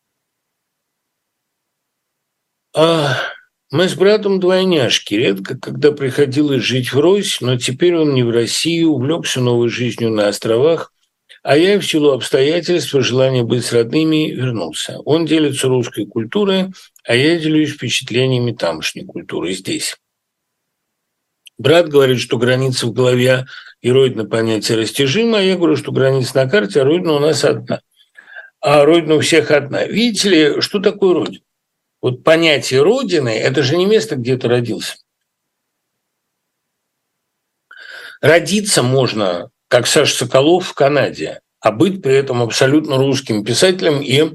А мы с братом двойняшки. Редко, когда приходилось жить в Рось, но теперь он не в России, увлекся новой жизнью на островах, а я в силу обстоятельств и желания быть с родными вернулся. Он делится русской культурой, а я делюсь впечатлениями тамошней культуры здесь. Брат говорит, что граница в голове и родина понятие растяжимо, а я говорю, что граница на карте, а родина у нас одна. А родина у всех одна. Видите ли, что такое родина? Вот понятие родины – это же не место, где ты родился. Родиться можно, как Саша Соколов в Канаде, а быть при этом абсолютно русским писателем и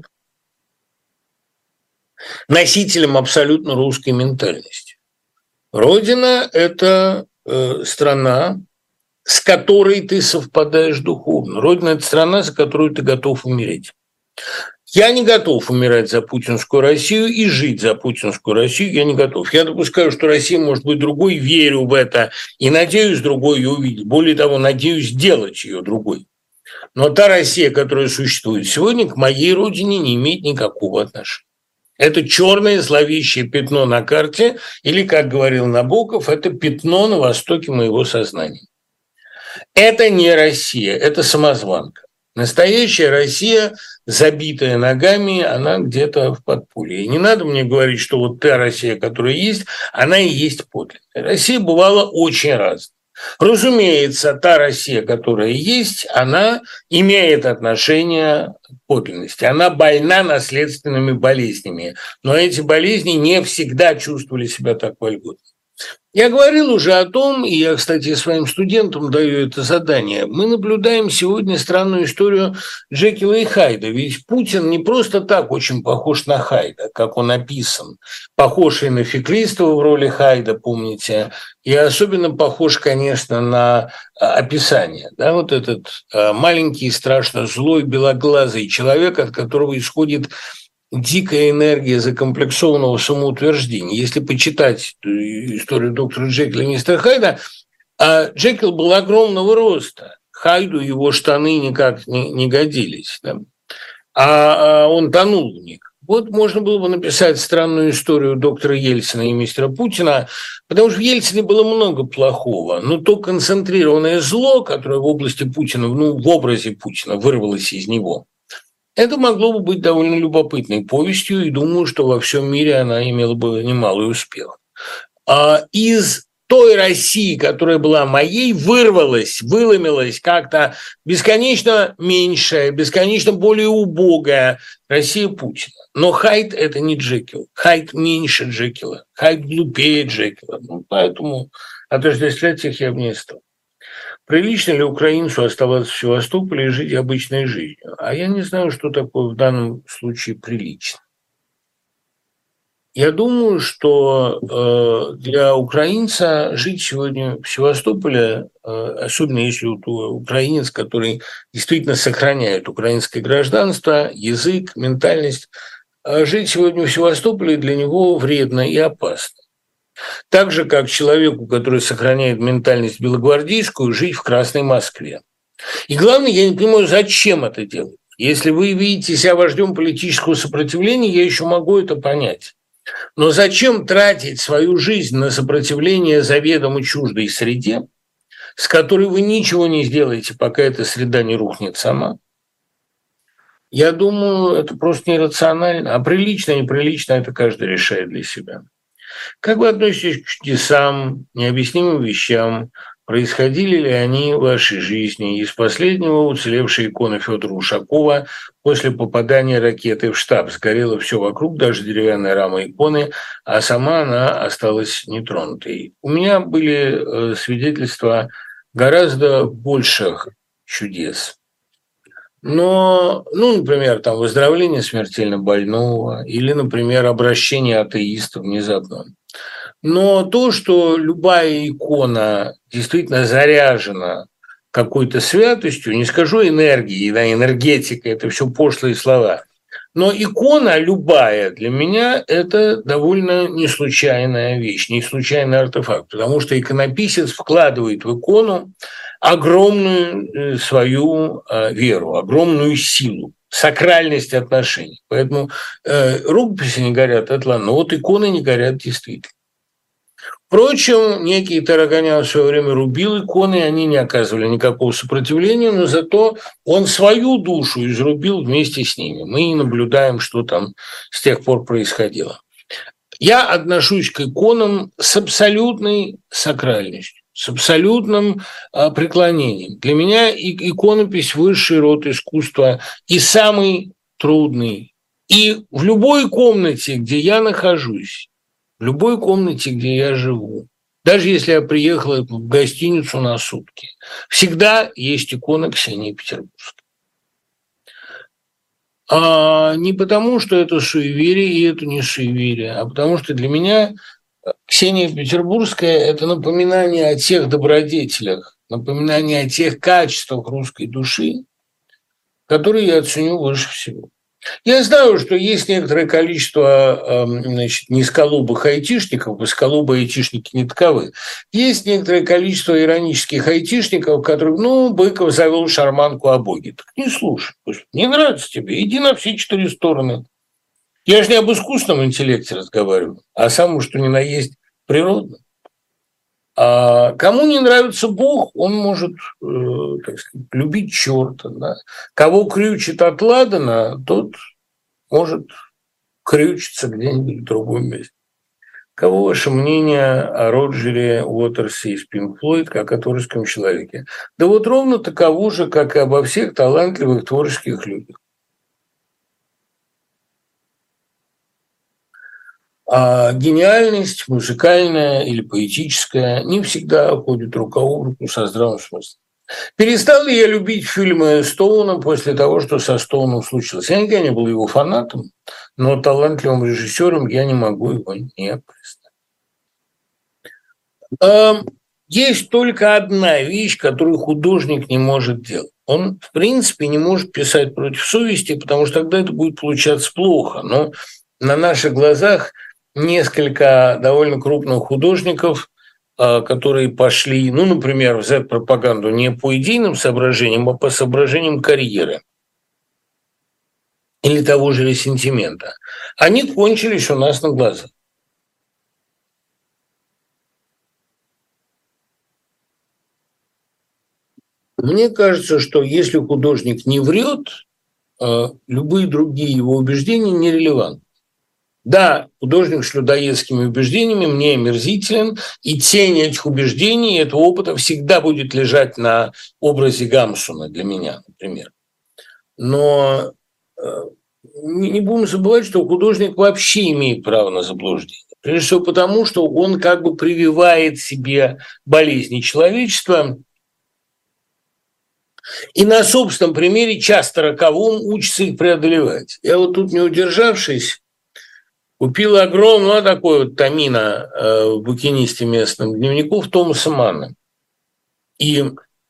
носителем абсолютно русской ментальности. Родина – это э, страна, с которой ты совпадаешь духовно. Родина – это страна, за которую ты готов умереть. Я не готов умирать за путинскую Россию и жить за путинскую Россию. Я не готов. Я допускаю, что Россия может быть другой, верю в это и надеюсь другой ее увидеть. Более того, надеюсь сделать ее другой. Но та Россия, которая существует сегодня, к моей родине не имеет никакого отношения. Это черное зловещее пятно на карте, или, как говорил Набоков, это пятно на востоке моего сознания. Это не Россия, это самозванка. Настоящая Россия, забитая ногами, она где-то в подполье. И не надо мне говорить, что вот та Россия, которая есть, она и есть подлинная. Россия бывала очень разной. Разумеется, та Россия, которая есть, она имеет отношение к подлинности. Она больна наследственными болезнями, но эти болезни не всегда чувствовали себя так вольготно. Я говорил уже о том, и я, кстати, своим студентам даю это задание, мы наблюдаем сегодня странную историю Джекила и Хайда, ведь Путин не просто так очень похож на Хайда, как он описан, похож и на Феклистова в роли Хайда, помните, и особенно похож, конечно, на описание, да, вот этот маленький, страшно злой, белоглазый человек, от которого исходит дикая энергия закомплексованного самоутверждения. Если почитать историю доктора Джекила и мистера Хайда, а Джекил был огромного роста, Хайду его штаны никак не, не годились, да? а, а он тонул в них. Вот можно было бы написать странную историю доктора Ельцина и мистера Путина, потому что в Ельцине было много плохого, но то концентрированное зло, которое в области Путина, ну, в образе Путина вырвалось из него, это могло бы быть довольно любопытной повестью, и думаю, что во всем мире она имела бы немалый успех. А из той России, которая была моей, вырвалась, выломилась как-то бесконечно меньшая, бесконечно более убогая Россия Путина. Но Хайд – это не Джекил. Хайд меньше Джекила. Хайд глупее Джекила. Ну, поэтому отождествлять их я бы не стал. Прилично ли украинцу оставаться в Севастополе и жить обычной жизнью? А я не знаю, что такое в данном случае прилично. Я думаю, что э, для украинца жить сегодня в Севастополе, э, особенно если украинец, который действительно сохраняет украинское гражданство, язык, ментальность, э, жить сегодня в Севастополе для него вредно и опасно. Так же, как человеку, который сохраняет ментальность белогвардейскую, жить в Красной Москве. И главное, я не понимаю, зачем это делать. Если вы видите себя вождем политического сопротивления, я еще могу это понять. Но зачем тратить свою жизнь на сопротивление заведомо чуждой среде, с которой вы ничего не сделаете, пока эта среда не рухнет сама? Я думаю, это просто нерационально. А прилично, неприлично, это каждый решает для себя. Как вы относитесь к чудесам, необъяснимым вещам? Происходили ли они в вашей жизни? Из последнего уцелевшая икона Федора Ушакова после попадания ракеты в штаб. Сгорело все вокруг, даже деревянная рама иконы, а сама она осталась нетронутой. У меня были свидетельства гораздо больших чудес. Но, ну, например, там выздоровление смертельно больного или, например, обращение атеиста внезапно. Но то, что любая икона действительно заряжена какой-то святостью, не скажу энергией, да, энергетика – это все пошлые слова, но икона любая для меня – это довольно неслучайная вещь, не случайный артефакт, потому что иконописец вкладывает в икону огромную свою веру, огромную силу, сакральность отношений. Поэтому э, рукописи не горят, это ладно, но вот иконы не горят действительно. Впрочем, некий Тараканян в свое время рубил иконы, они не оказывали никакого сопротивления, но зато он свою душу изрубил вместе с ними. Мы наблюдаем, что там с тех пор происходило. Я отношусь к иконам с абсолютной сакральностью, с абсолютным а, преклонением. Для меня иконопись – высший род искусства и самый трудный. И в любой комнате, где я нахожусь, в любой комнате, где я живу, даже если я приехала в гостиницу на сутки, всегда есть икона Ксении Петербургской. А не потому, что это суеверие, и это не суеверие, а потому что для меня Ксения Петербургская – это напоминание о тех добродетелях, напоминание о тех качествах русской души, которые я ценю выше всего. Я знаю, что есть некоторое количество, значит, низколобых айтишников, высоколобые айтишники не таковы. Есть некоторое количество иронических айтишников, которые, ну, Быков завел шарманку о Боге. Так не слушай, не нравится тебе, иди на все четыре стороны. Я же не об искусственном интеллекте разговариваю, а самому, что ни на есть, природном. А кому не нравится Бог, он может, э, так сказать, любить черта. Да? Кого крючит от ладана, тот может крючиться где-нибудь в другом месте. Каково ваше мнение о Роджере Уотерсе из Pink Floyd, как о творческом человеке? Да вот ровно таково же, как и обо всех талантливых творческих людях. А гениальность, музыкальная или поэтическая, не всегда ходит рука об руку со здравым смыслом. Перестал ли я любить фильмы Стоуна после того, что со Стоуном случилось? Я никогда не был его фанатом, но талантливым режиссером я не могу его не признать. Есть только одна вещь, которую художник не может делать. Он, в принципе, не может писать против совести, потому что тогда это будет получаться плохо. Но на наших глазах несколько довольно крупных художников, которые пошли, ну, например, взять пропаганду не по идейным соображениям, а по соображениям карьеры или того же ресентимента, они кончились у нас на глазах. Мне кажется, что если художник не врет, любые другие его убеждения нерелевантны. Да, художник с людоедскими убеждениями мне омерзителен, и тень этих убеждений, этого опыта всегда будет лежать на образе Гамсуна для меня, например. Но не будем забывать, что художник вообще имеет право на заблуждение. Прежде всего потому, что он как бы прививает себе болезни человечества и на собственном примере, часто роковом, учится их преодолевать. Я вот тут, не удержавшись, купил огромное такое вот томино э, в букинисте местном дневников Томаса Манна. И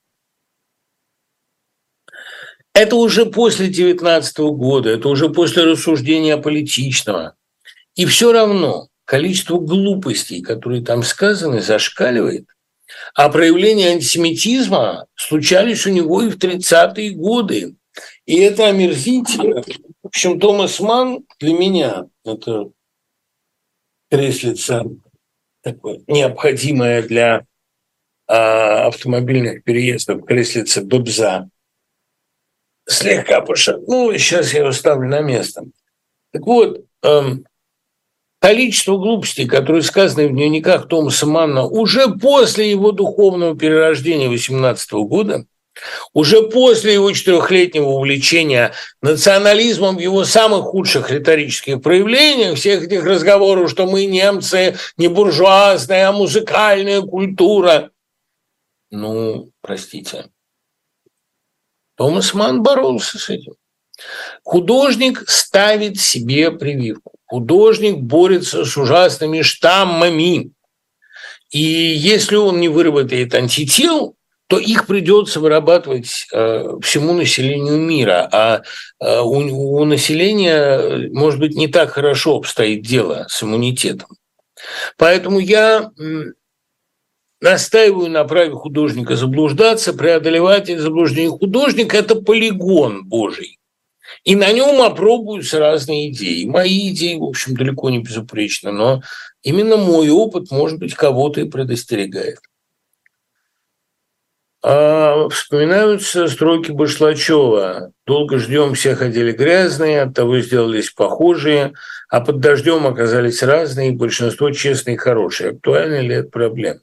это уже после девятнадцатого года, это уже после рассуждения политичного. И все равно количество глупостей, которые там сказаны, зашкаливает. А проявления антисемитизма случались у него и в тридцатые годы. И это омерзительно. В общем, Томас Манн для меня – это креслица такое необходимое для а, автомобильных переездов, креслица Бебза. Слегка пошатнул, и сейчас я его ставлю на место. Так вот, эм, количество глупостей, которые сказаны в дневниках Томаса Манна уже после его духовного перерождения восемнадцатого года, уже после его четырехлетнего увлечения национализмом в его самых худших риторических проявлениях, всех этих разговоров, что мы немцы, не буржуазная, а музыкальная культура. Ну, простите. Томас Манн боролся с этим. Художник ставит себе прививку. Художник борется с ужасными штаммами. И если он не выработает антител, то их придется вырабатывать э, всему населению мира. А э, у, у населения, может быть, не так хорошо обстоит дело с иммунитетом. Поэтому я настаиваю на праве художника заблуждаться, преодолевать эти заблуждения. Художник – это полигон Божий. И на нем опробуются разные идеи. Мои идеи, в общем, далеко не безупречны, но именно мой опыт, может быть, кого-то и предостерегает. А вспоминаются строки Башлачева. «Долго ждем, все ходили грязные, оттого сделались похожие, а под дождем оказались разные, и большинство честные и хорошие». Актуальна ли эта проблема?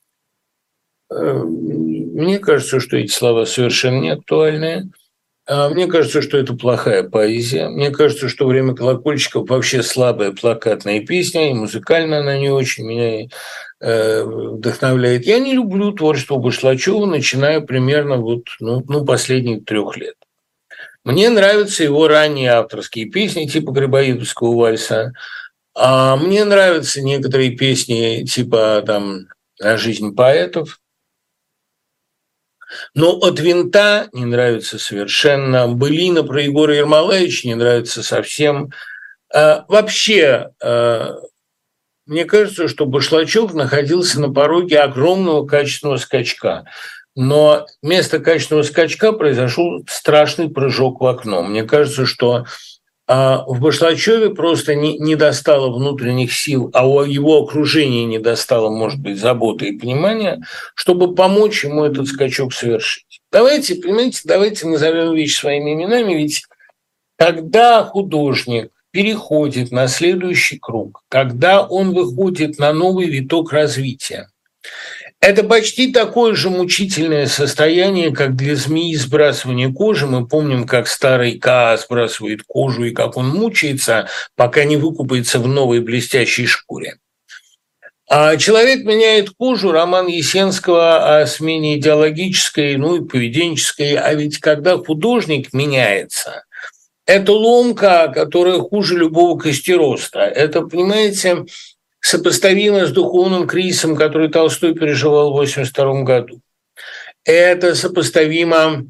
Мне кажется, что эти слова совершенно не актуальны. Мне кажется, что это плохая поэзия. Мне кажется, что «Время колокольчиков» вообще слабая плакатная песня, и музыкально она не очень меня э, вдохновляет. Я не люблю творчество Башлачева, начиная примерно вот, ну, ну, последних трех лет. Мне нравятся его ранние авторские песни, типа «Грибоедовского вальса». А мне нравятся некоторые песни, типа там «Жизнь поэтов». Но от «Винта» не нравится совершенно. «Былина» про Егора Ермолаевича не нравится совсем. А, вообще, а, мне кажется, что Башлачев находился на пороге огромного качественного скачка. Но вместо качественного скачка произошел страшный прыжок в окно. Мне кажется, что а, в Башлачеве просто не, не достало внутренних сил, а у его окружения не достало, может быть, заботы и понимания, чтобы помочь ему этот скачок совершить. Давайте, понимаете, давайте назовем вещи своими именами, ведь когда художник переходит на следующий круг, когда он выходит на новый виток развития, это почти такое же мучительное состояние, как для змеи сбрасывание кожи. Мы помним, как старый Ка сбрасывает кожу и как он мучается, пока не выкупается в новой блестящей шкуре. А «Человек меняет кожу» – роман Есенского о смене идеологической, ну и поведенческой. А ведь когда художник меняется – это ломка, которая хуже любого костероста. Это, понимаете, сопоставимо с духовным кризисом, который Толстой переживал в восемьдесят втором году. Это сопоставимо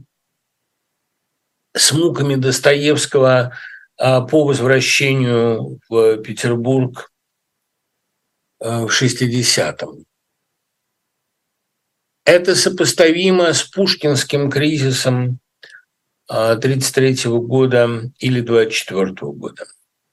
с муками Достоевского по возвращению в Петербург в шестидесятом. Это сопоставимо с пушкинским кризисом тридцать третьего года или двадцать четвёртого года.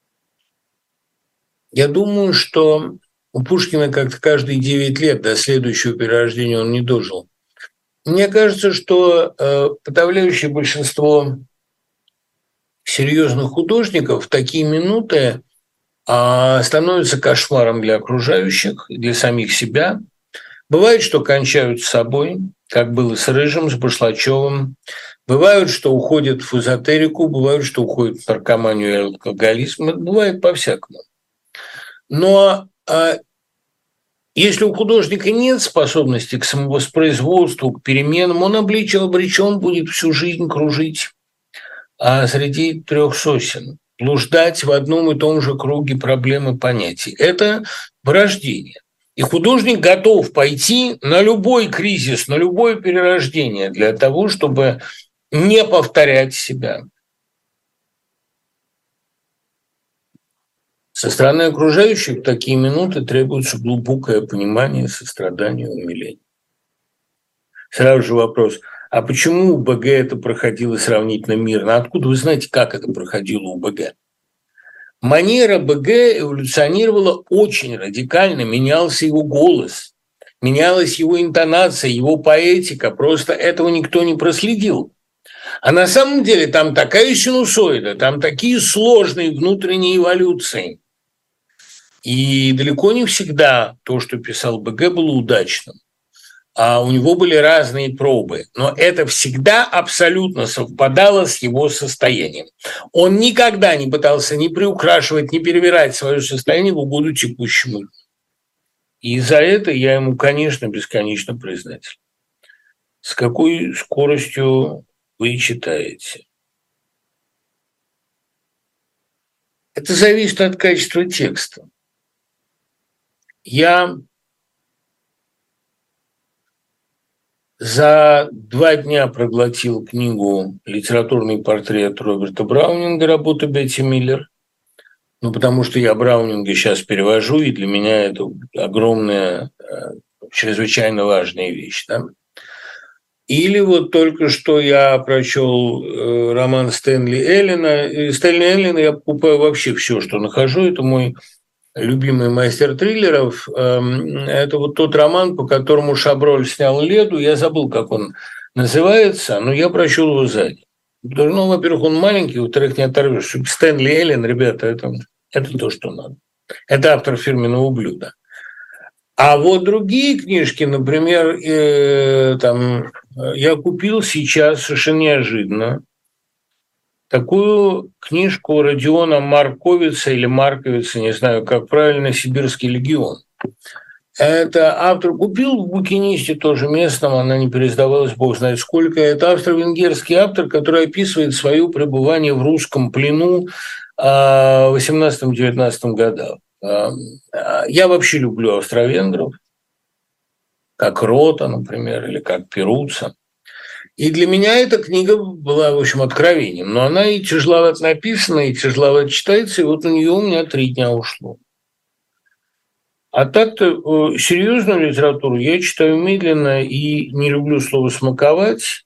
Я думаю, что у Пушкина как-то каждые девять лет до следующего перерождения он не дожил. Мне кажется, что э, подавляющее большинство серьезных художников в такие минуты э, становятся кошмаром для окружающих, для самих себя. Бывает, что кончают с собой, как было с Рыжим, с Башлачевым. Бывают, что уходят в эзотерику, бывают, что уходят в наркоманию и алкоголизм. Это бывает по-всякому. Но а, если у художника нет способности к самовоспроизводству, к переменам, он обличен, обречен будет всю жизнь кружить а, среди трех сосен, блуждать в одном и том же круге проблем и понятий. Это вырождение. И художник готов пойти на любой кризис, на любое перерождение для того, чтобы не повторять себя. Со стороны окружающих в такие минуты требуется глубокое понимание, сострадание, умиление. Сразу же вопрос, а почему у БГ это проходило сравнительно мирно? Откуда вы знаете, как это проходило у БГ? Манера БГ эволюционировала очень радикально, менялся его голос, менялась его интонация, его поэтика, просто этого никто не проследил. А на самом деле там такая синусоида, там такие сложные внутренние эволюции. И далеко не всегда то, что писал БГ, было удачным. А у него были разные пробы, но это всегда абсолютно совпадало с его состоянием. Он никогда не пытался ни приукрашивать, ни перевирать свое состояние в угоду текущему. И за это я ему, конечно, бесконечно признателен. С какой скоростью вы читаете? Это зависит от качества текста. Я за два дня проглотил книгу «Литературный портрет Роберта Браунинга», работы Бетти Миллер, ну, потому что я Браунинга сейчас перевожу, и для меня это огромная, чрезвычайно важная вещь. Да? Или вот только что я прочел роман Стэнли Эллена. Стэнли Эллена я покупаю вообще все, что нахожу. Это мой любимый мастер триллеров. Это вот тот роман, по которому Шаброль снял «Леду». Я забыл, как он называется, но я прочел его сзади. Ну, во-первых, он маленький, во-вторых, не оторвешь. Стэнли Эллен, ребята, это, это то, что надо. Это автор фирменного блюда. А вот другие книжки, например, э, там, я купил сейчас совершенно неожиданно такую книжку Родиона Марковица или Марковица, не знаю, как правильно, «Сибирский легион». Это автор, купил в букинисте тоже местном, она не переиздавалась, бог знает сколько. Это автор, венгерский автор, который описывает свое пребывание в русском плену в восемнадцатом-девятнадцатом годах. Я вообще люблю австро-венгров, как Рота, например, или как Перуца. И для меня эта книга была, в общем, откровением. Но она и тяжеловато написана, и тяжеловато читается, и вот у нее у меня три дня ушло. А так-то э, серьезную литературу я читаю медленно и не люблю слово «смаковать»,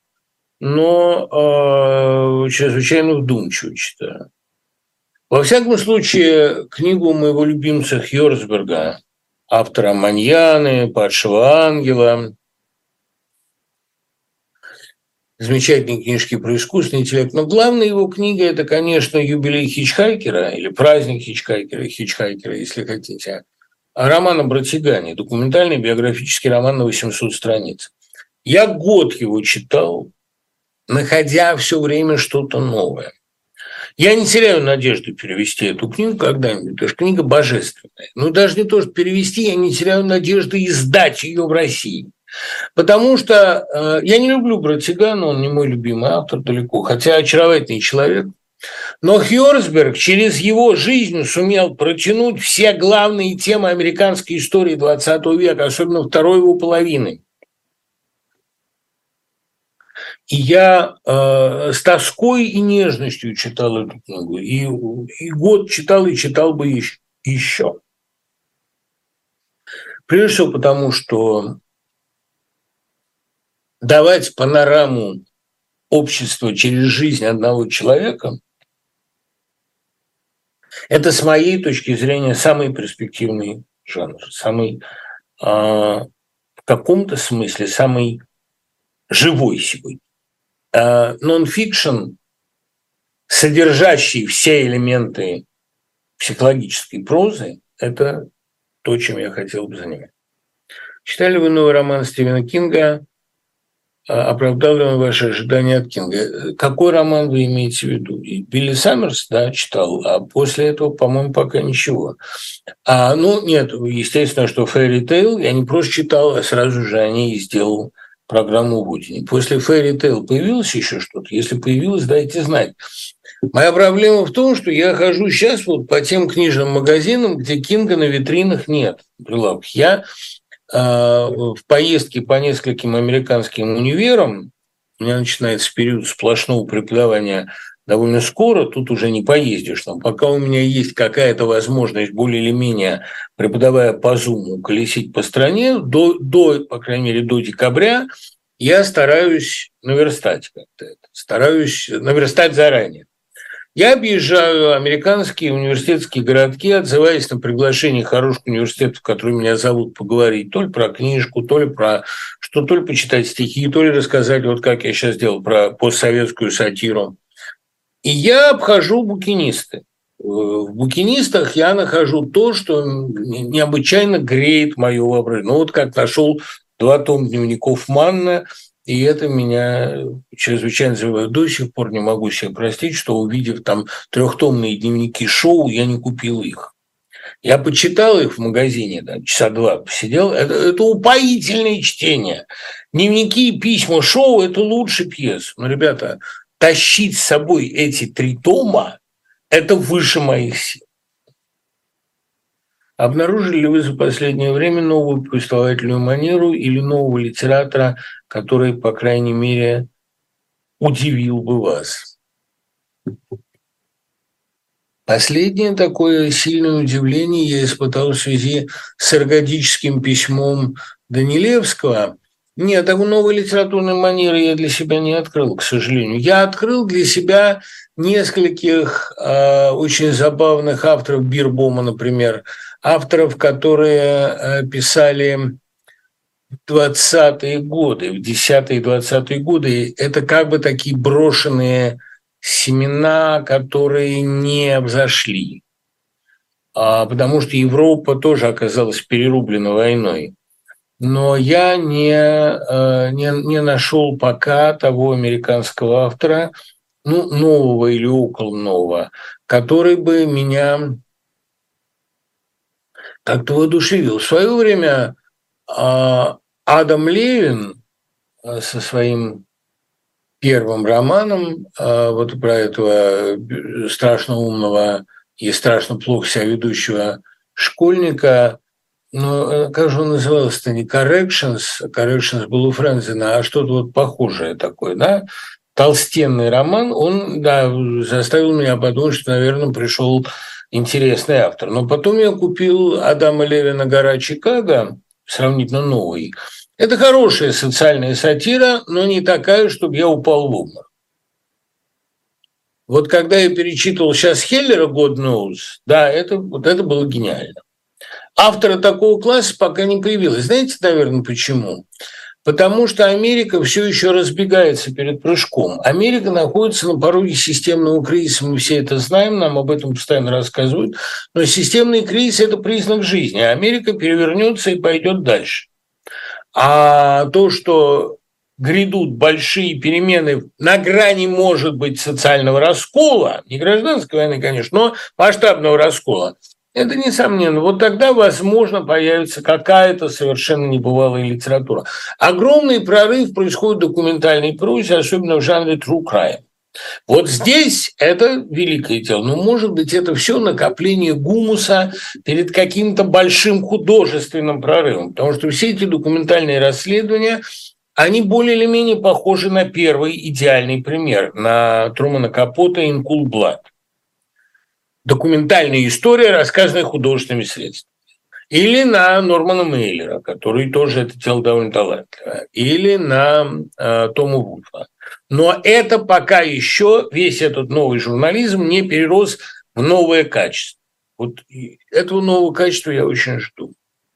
но э, чрезвычайно вдумчиво читаю. Во всяком случае, книгу моего любимца Хьорсберга, автора «Маньяны», «Падшего ангела», замечательные книжки про искусственный интеллект. Но главная его книга – это, конечно, «Юбилей Хичхайкера» или «Праздник Хичхайкера», Хичхайкера, если хотите. А роман о Братигане, документальный биографический роман на восемьсот страниц. Я год его читал, находя все время что-то новое. Я не теряю надежды перевести эту книгу когда-нибудь, потому что книга божественная. Но даже не то, что перевести, я не теряю надежды издать ее в России. Потому что э, я не люблю Братигана, он не мой любимый автор далеко, хотя очаровательный человек. Но Хьорсберг через его жизнь сумел протянуть все главные темы американской истории двадцатого века, особенно второй его половины. И я э, с тоской и нежностью читал эту книгу. И, и год читал, и читал бы еще. еще. Прежде всего потому, что давать панораму общества через жизнь одного человека – это, с моей точки зрения, самый перспективный жанр, самый, э, в каком-то смысле, самый живой сегодня. Нон-фикшн, содержащий все элементы психологической прозы, это то, чем я хотел бы заниматься. Читали вы новый роман Стивена Кинга? Оправдал ли он ваши ожидания от Кинга? Какой роман вы имеете в виду? Билли Саммерс, да, читал, а после этого, по-моему, пока ничего. А, ну, нет, естественно, что Fairy Tail я не просто читал, а сразу же о ней сделал программу «Вудини». После Fairy Tail появилось еще что-то? Если появилось, дайте знать. Моя проблема в том, что я хожу сейчас вот по тем книжным магазинам, где Кинга на витринах нет. Я э, в поездке по нескольким американским универам, у меня начинается период сплошного преподавания довольно скоро, тут уже не поездишь. Но пока у меня есть какая-то возможность более или менее, преподавая по Zoom, колесить по стране, до, до, по крайней мере, до декабря, я стараюсь наверстать как-то это, стараюсь наверстать заранее. Я объезжаю американские университетские городки, отзываясь на приглашение хороших университетов, которые меня зовут поговорить то ли про книжку, то ли про что, то ли почитать стихи, то ли рассказать, вот как я сейчас делал, про постсоветскую сатиру. И я обхожу букинисты. В букинистах я нахожу то, что необычайно греет мое воображение. Ну вот как нашел два тома дневников Манна, и это меня чрезвычайно забавляет. До сих пор не могу себе простить, что, увидев там трехтомные дневники Шоу, я не купил их. Я почитал их в магазине, да, часа два посидел. Это, это упоительное чтение. Дневники и письма Шоу – это лучше пьес. Но, ребята, тащить с собой эти три тома – это выше моих сил. Обнаружили ли вы за последнее время новую повествовательную манеру или нового литератора, который, по крайней мере, удивил бы вас? Последнее такое сильное удивление я испытал в связи с эргодическим письмом Данилевского. Нет, такой новой литературной манеры я для себя не открыл, к сожалению. Я открыл для себя нескольких э, очень забавных авторов, Бирбома, например, авторов, которые э, писали в двадцатые годы, в десятые двадцатые годы. Это как бы такие брошенные семена, которые не взошли, а, потому что Европа тоже оказалась перерублена войной. Но я не, не, не нашел пока того американского автора, ну, нового или около нового, который бы меня как-то воодушевил. В свое время Адам Левин со своим первым романом, вот про этого страшно умного и страшно плохо себя ведущего школьника, Но как же он назывался-то? Не Corrections, Corrections был у Френзена, а что-то вот похожее такое, да? Толстенный роман, он, да, заставил меня подумать, что, наверное, пришел интересный автор. Но потом я купил Адама Левина «Гора Чикаго», сравнительно новый. Это хорошая социальная сатира, но не такая, чтобы я упал в обморок. Вот когда я перечитывал сейчас Хеллера «God Knows», да, это, вот это было гениально. Автора такого класса пока не появилось. Знаете, наверное, почему? Потому что Америка все еще разбегается перед прыжком. Америка находится на пороге системного кризиса, мы все это знаем, нам об этом постоянно рассказывают. Но системный кризис – это признак жизни. Америка перевернется и пойдет дальше. А то, что грядут большие перемены на грани, может быть, социального раскола, не гражданской войны, конечно, но масштабного раскола, это несомненно. Вот тогда, возможно, появится какая-то совершенно небывалая литература. Огромный прорыв происходит в документальной прозе, особенно в жанре true crime. Вот здесь это великое дело. Но, может быть, это все накопление гумуса перед каким-то большим художественным прорывом. Потому что все эти документальные расследования, они более или менее похожи на первый идеальный пример, на Трумана Капота «In Cool Blood». Документальная история, рассказанная художественными средствами. Или на Нормана Мейлера, который тоже это делал довольно талантливо. Или на э, Тома Вульфа. Но это пока еще, весь этот новый журнализм не перерос в новое качество. Вот этого нового качества я очень жду.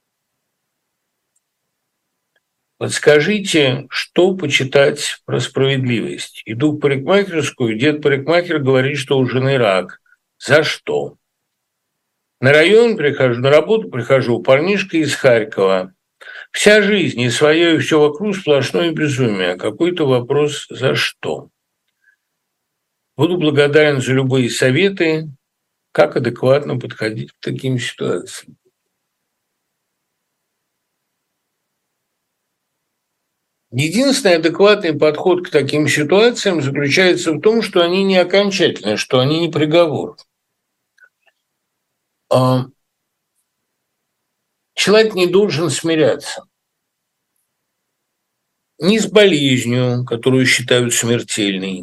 Подскажите, что почитать про справедливость? Иду в парикмахерскую, дед-парикмахер говорит, что у жены рак. За что? На район прихожу, на работу прихожу, парнишка из Харькова. Вся жизнь и свое, и все вокруг сплошное безумие. Какой-то вопрос за что? Буду благодарен за любые советы, как адекватно подходить к таким ситуациям. Единственный адекватный подход к таким ситуациям заключается в том, что они не окончательны, что они не приговор. Человек не должен смиряться ни с болезнью, которую считают смертельной,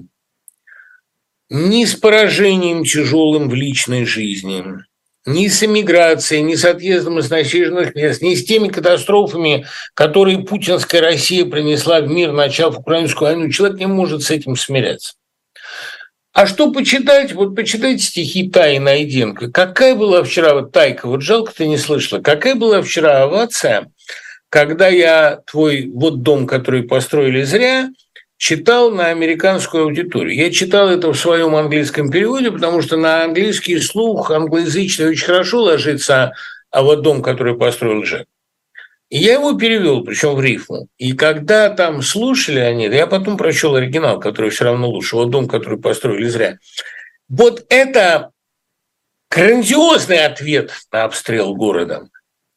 ни с поражением тяжелым в личной жизни, ни с эмиграцией, ни с отъездом из насиженных мест, ни с теми катастрофами, которые путинская Россия принесла в мир, начав украинскую войну. Человек не может с этим смиряться. А что почитать? Вот почитайте стихи Таи Найденко. Какая была вчера, вот Тайка, вот жалко, ты не слышала, какая была вчера овация, когда я твой вот дом, который построили зря, читал на американскую аудиторию. Я читал это в своем английском переводе, потому что на английский слух англоязычный очень хорошо ложится, а вот дом, который построил Джек. И я его перевел, причем в рифму. И когда там слушали они, я потом прочел оригинал, который все равно лучше, вот дом, который построили зря. Вот это грандиозный ответ на обстрел города.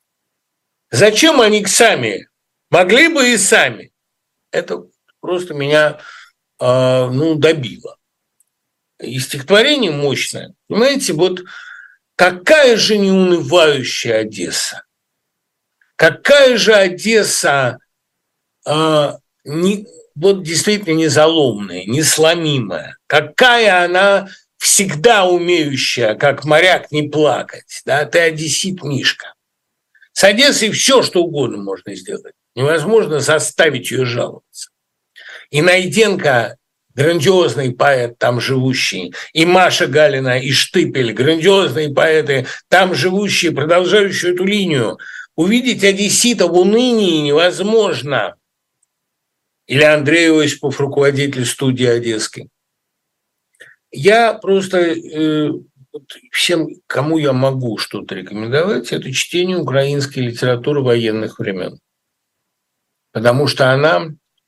Зачем они сами? Могли бы и сами. Это просто меня э, ну, добило. И стихотворение мощное. Понимаете, вот какая же неунывающая Одесса. Какая же Одесса э, не, вот действительно незаломная, несломимая. Какая она всегда умеющая, как моряк, не плакать. Да? Ты одессит, Мишка. С Одессой все, что угодно можно сделать. Невозможно заставить ее жаловаться. И Найденко, грандиозный поэт, там живущий, и Маша Галина, и Штыпель, грандиозные поэты, там живущие, продолжающие эту линию. Увидеть одессита в унынии невозможно. Или Андрей Осипов, руководитель студии одесской. Я просто э, всем, кому я могу что-то рекомендовать, это чтение украинской литературы военных времен. Потому что она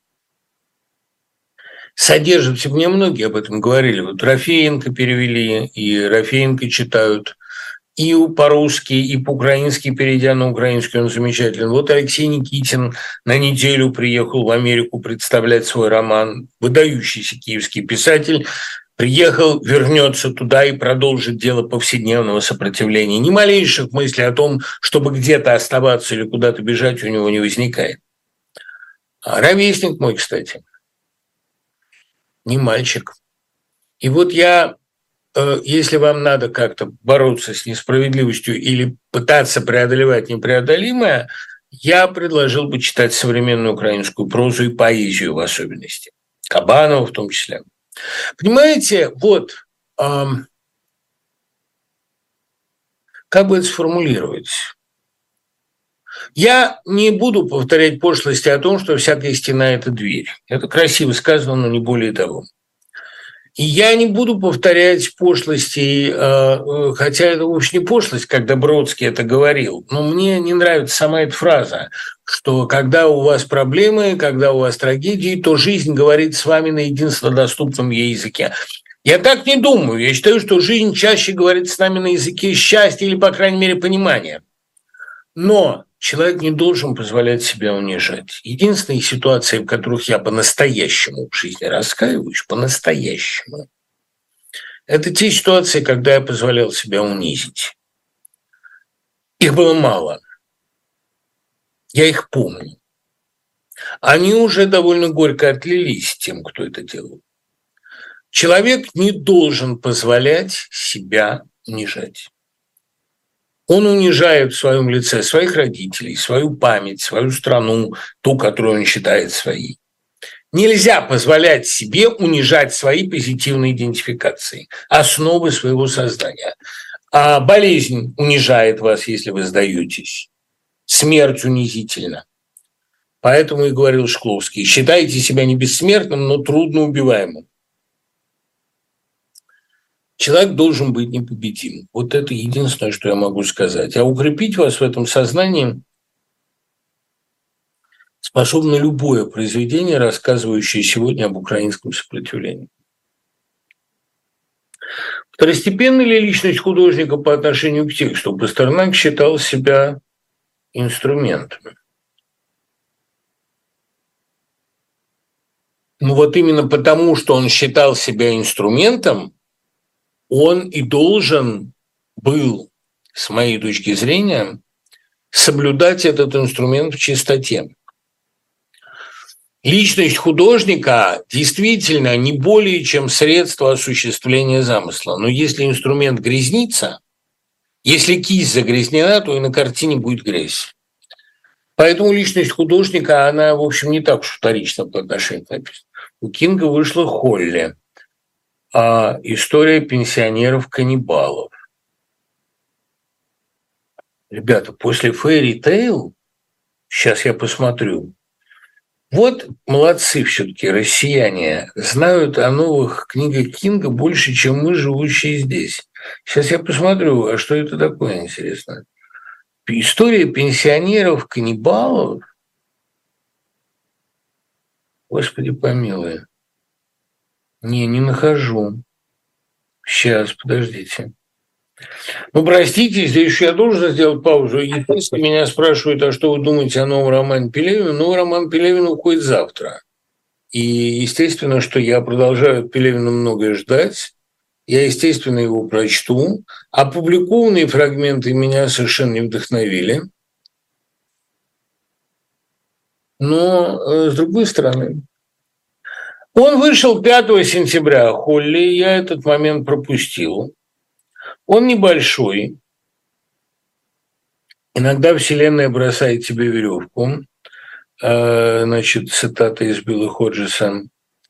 содержит, мне многие об этом говорили, вот Рафеенко перевели, и Рафеенко читают, и по-русски, и по-украински, перейдя на украинский, он замечательный. Вот Алексей Никитин на неделю приехал в Америку представлять свой роман, выдающийся киевский писатель. приехал, вернется туда и продолжит дело повседневного сопротивления. Ни малейших мыслей о том, чтобы где-то оставаться или куда-то бежать, у него не возникает. А ровесник мой, кстати, не мальчик. И вот я, если вам надо как-то бороться с несправедливостью или пытаться преодолевать непреодолимое, я предложил бы читать современную украинскую прозу и поэзию в особенности. Кабанова в том числе. Понимаете, вот, эм, как бы это сформулировать? Я не буду повторять пошлости о том, что всякая стена – это дверь. Это красиво сказано, но не более того. И я не буду повторять пошлости, э, хотя это вовсе не пошлость, когда Бродский это говорил, но мне не нравится сама эта фраза, что когда у вас проблемы, когда у вас трагедии, то жизнь говорит с вами на единственно доступном ей языке. Я так не думаю. Я считаю, что жизнь чаще говорит с нами на языке счастья или, по крайней мере, понимания. Но человек не должен позволять себя унижать. Единственные ситуации, в которых я по-настоящему в жизни раскаиваюсь, по-настоящему, это те ситуации, когда я позволял себя унизить. Их было мало. Я их помню. Они уже довольно горько отлились тем, кто это делал. Человек не должен позволять себя унижать. Он унижает в своем лице своих родителей, свою память, свою страну, ту, которую он считает своей. Нельзя позволять себе унижать свои позитивные идентификации, основы своего сознания. А болезнь унижает вас, если вы сдаетесь. Смерть унизительна. Поэтому и говорил Шкловский: считайте себя не бессмертным, но трудно убиваемым. Человек должен быть непобедим. Вот это единственное, что я могу сказать. А укрепить вас в этом сознании способно любое произведение, рассказывающее сегодня об украинском сопротивлении. Второстепенная ли личность художника по отношению к тексту? Пастернак считал себя инструментом. Ну вот именно потому, что он считал себя инструментом, он и должен был, с моей точки зрения, соблюдать этот инструмент в чистоте. Личность художника действительно не более чем средство осуществления замысла. Но если инструмент грязнится, если кисть загрязнена, то и на картине будет грязь. Поэтому личность художника, она, в общем, не так уж вторична по отношению к написанному. У Кинга вышла «Холли», а история пенсионеров-каннибалов. Ребята, после «Фэри Тейл», сейчас я посмотрю, вот молодцы все-таки россияне, знают о новых книгах Кинга больше, чем мы, живущие здесь. Сейчас я посмотрю, а что это такое, интересно. История пенсионеров-каннибалов. Господи помилуй. Не, не нахожу. Сейчас, подождите. Ну, простите, здесь еще я должен сделать паузу. Если меня спрашивают, а что вы думаете о новом романе Пелевина, новый роман Пелевина уходит завтра. И естественно, что я продолжаю от Пелевина многое ждать. Я, естественно, его прочту. Опубликованные фрагменты меня совершенно не вдохновили. Но, с другой стороны, он вышел пятого сентября, Холли, я этот момент пропустил. Он небольшой. Иногда Вселенная бросает тебе веревку. Значит, цитата из Билла Ходжеса.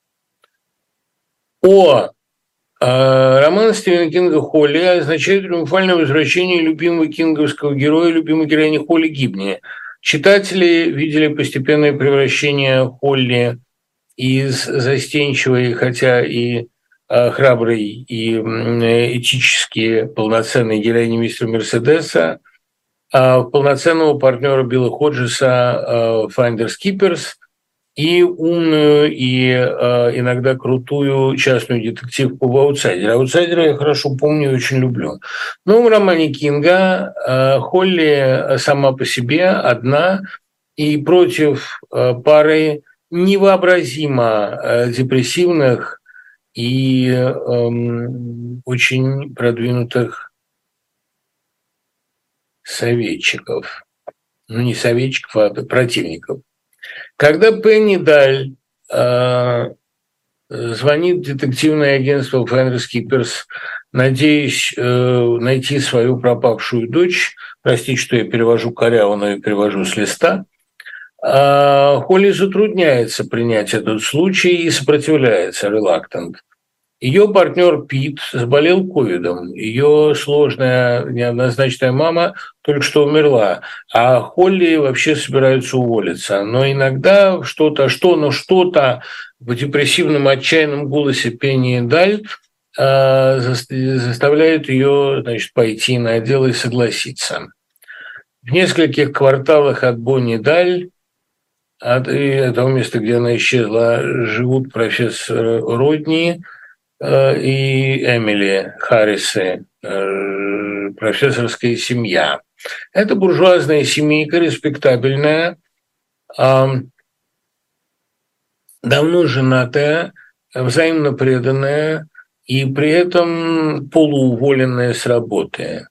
О, роман Стивена Кинга «Холли» означает триумфальное возвращение любимого кинговского героя, любимой героини Холли Гибни. Читатели видели постепенное превращение Холли из застенчивой, хотя и э, храброй, и э, этически полноценной героини мистера Мерседеса э, в полноценного партнера Билла Ходжеса э, Finders Keepers и умную, и э, иногда крутую частную детективку в «Аутсайдере». «Аутсайдера» я хорошо помню и очень люблю. В новом романе Кинга э, Холли сама по себе одна и против э, пары невообразимо депрессивных и эм, очень продвинутых советчиков. Ну, не советчиков, а противников. Когда Пенни Даль э, звонит в детективное агентство Finders Keepers, надеясь э, найти свою пропавшую дочь, простите, что я перевожу коряво, но я перевожу с листа, э, Холли затрудняется принять этот случай и сопротивляется, reluctant. Ее партнер Пит заболел ковидом, ее сложная, неоднозначная мама только что умерла, а Холли вообще собирается уволиться. Но иногда что-то, что, но что-то в депрессивном, отчаянном голосе Пенни Даль э, заставляет ее, значит, пойти на дело и согласиться. В нескольких кварталах от Бонни Даль, от того места, где она исчезла, живут профессор Родни и Эмили Харрисы, профессорская семья. Это буржуазная семейка, респектабельная, давно женатая, взаимно преданная и при этом полууволенная с работы.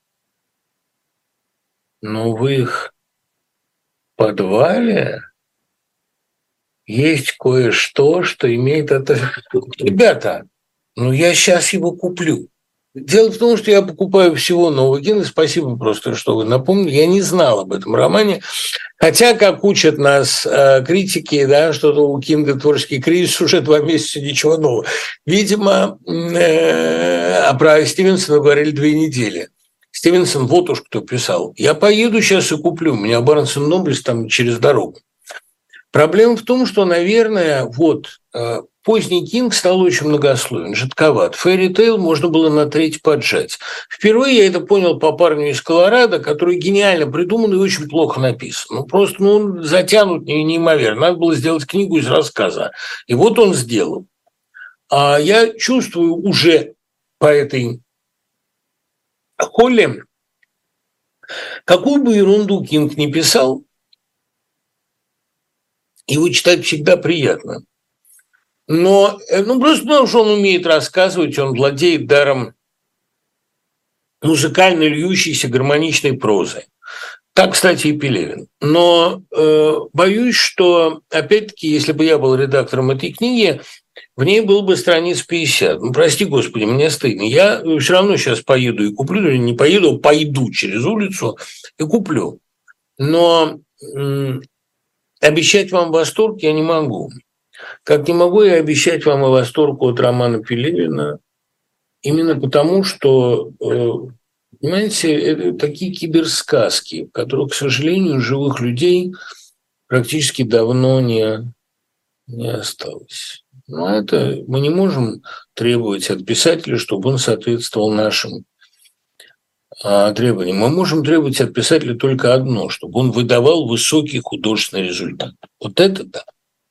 Но в их подвале есть кое-что, что имеет это... Ребята, ну, я сейчас его куплю. Дело в том, что я покупаю всего нового кино. Спасибо просто, что вы напомнили. Я не знал об этом романе. Хотя, как учат нас э, критики, да, что у Кинга творческий кризис уже два месяца, ничего нового. Видимо, э, а про Стивенсона говорили две недели. Стивенсон вот уж кто писал. Я поеду сейчас и куплю. У меня Барнс энд Нобелс там через дорогу. Проблема в том, что, наверное, вот... Э, поздний Кинг стал очень многословен, жидковат. Фэри Тейл можно было на треть поджать. Впервые я это понял по парню из Колорадо, который гениально придуман и очень плохо написан. Ну, просто ну, он затянут неимоверно. Надо было сделать книгу из рассказа. И вот он сделал. А я чувствую уже по этой Холли, какую бы ерунду Кинг ни писал, его читать всегда приятно. Но, ну, просто потому, что он умеет рассказывать, он владеет даром музыкально льющейся гармоничной прозы. Так, кстати, и Пелевин. Но э, боюсь, что, опять-таки, если бы я был редактором этой книги, в ней было бы страниц пятьдесят. Ну, прости, Господи, мне стыдно. Я все равно сейчас поеду и куплю, или не поеду, а пойду через улицу и куплю. Но э, обещать вам восторг я не могу. Как не могу я обещать вам и восторг от романа Пелевина, именно потому, что, понимаете, это такие киберсказки, в которых, к сожалению, живых людей практически давно не, не осталось. Но это мы не можем требовать от писателя, чтобы он соответствовал нашим требованиям. Мы можем требовать от писателя только одно, чтобы он выдавал высокий художественный результат. Вот это да.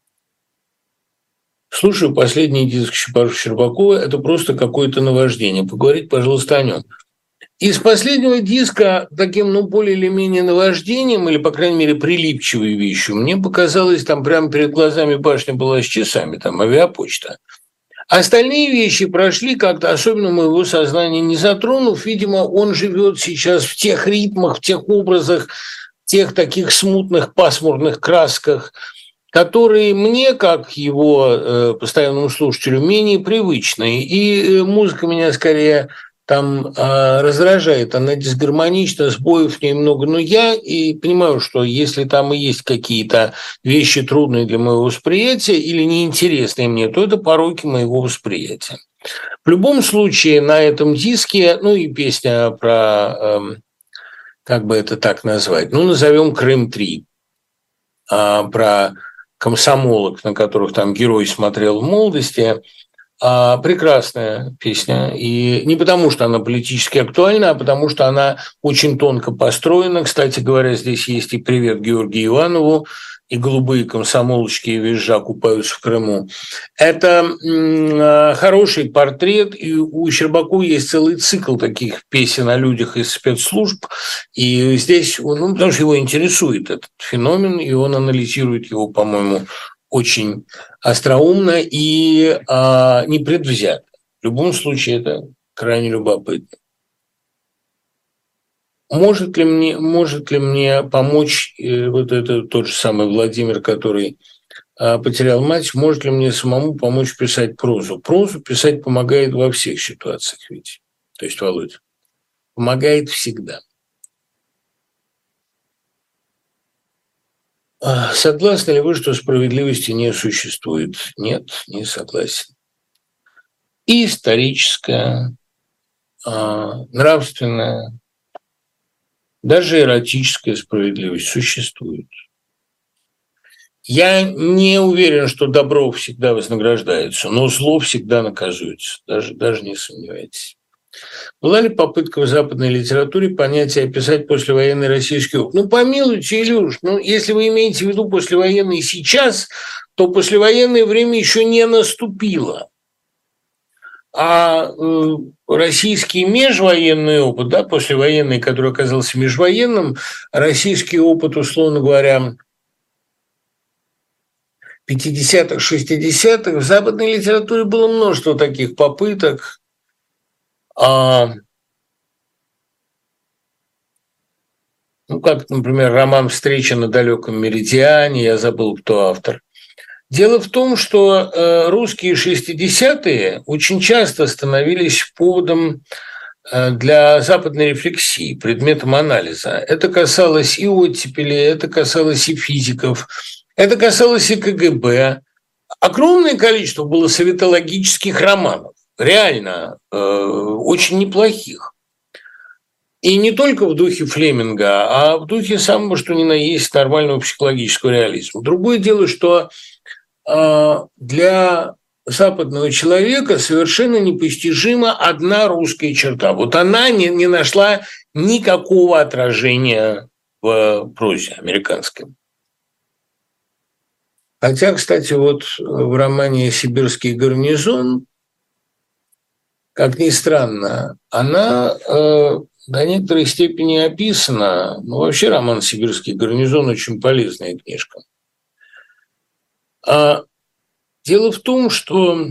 Слушаю последний диск Щербакова, это просто какое-то наваждение. Поговорить, пожалуйста, о нем. Из последнего диска таким, ну, более или менее наваждением, или, по крайней мере, прилипчивой вещью, мне показалось, там прямо перед глазами башня была с часами, там авиапочта. Остальные вещи прошли как-то, особенно моего сознания не затронув. Видимо, он живет сейчас в тех ритмах, в тех образах, в тех таких смутных, пасмурных красках, которые мне, как его э, постоянному слушателю, менее привычны. И э, музыка меня скорее там э, раздражает, она дисгармонична, сбоев в ней много. Но я и понимаю, что если там и есть какие-то вещи трудные для моего восприятия или неинтересные мне, то это пороки моего восприятия. В любом случае на этом диске, ну и песня про, э, как бы это так назвать, ну назовем «Крым-три», э, про комсомолок, на которых там герой смотрел в молодости. А, прекрасная песня. И не потому, что она политически актуальна, а потому, что она очень тонко построена. Кстати говоря, здесь есть и привет Георгию Иванову, и голубые комсомолочки и визжа купаются в Крыму. Это м- хороший портрет, и у Щербакова есть целый цикл таких песен о людях из спецслужб, и здесь, ну, потому что его интересует этот феномен, и он анализирует его, по-моему, очень остроумно и а, непредвзято. В любом случае это крайне любопытно. Может ли мне, может ли мне помочь э, вот это тот же самый Владимир, который э, потерял мать, может ли мне самому помочь писать прозу? Прозу писать помогает во всех ситуациях, ведь. То есть, Володя, помогает всегда. А согласны ли вы, что справедливости не существует? Нет, не согласен. И историческая, а, нравственная, даже эротическая справедливость существует. Я не уверен, что добро всегда вознаграждается, но зло всегда наказуется, даже, даже не сомневайтесь. Была ли попытка в западной литературе понять и описать послевоенный российский опыт? Ну, помилуйте, Илюш, ну, если вы имеете в виду послевоенный сейчас, то послевоенное время еще не наступило. А э, российский межвоенный опыт, да, послевоенный, который оказался межвоенным, российский опыт, условно говоря, пятидесятых, шестидесятых, в западной литературе было множество таких попыток. А, ну, как, например, роман «Встреча на далеком меридиане», я забыл, кто автор. Дело в том, что э, русские шестидесятые очень часто становились поводом э, для западной рефлексии, предметом анализа. Это касалось и оттепели, это касалось и физиков, это касалось и ка гэ бэ. Огромное количество было советологических романов, реально э, очень неплохих. И не только в духе Флеминга, а в духе самого, что ни на есть, нормального психологического реализма. Другое дело, что для западного человека совершенно непостижима одна русская черта. Вот она не, не нашла никакого отражения в прозе американской. Хотя, кстати, вот в романе «Сибирский гарнизон», как ни странно, она э, до некоторой степени описана. Ну, вообще роман «Сибирский гарнизон» очень полезная книжка. А дело в том, что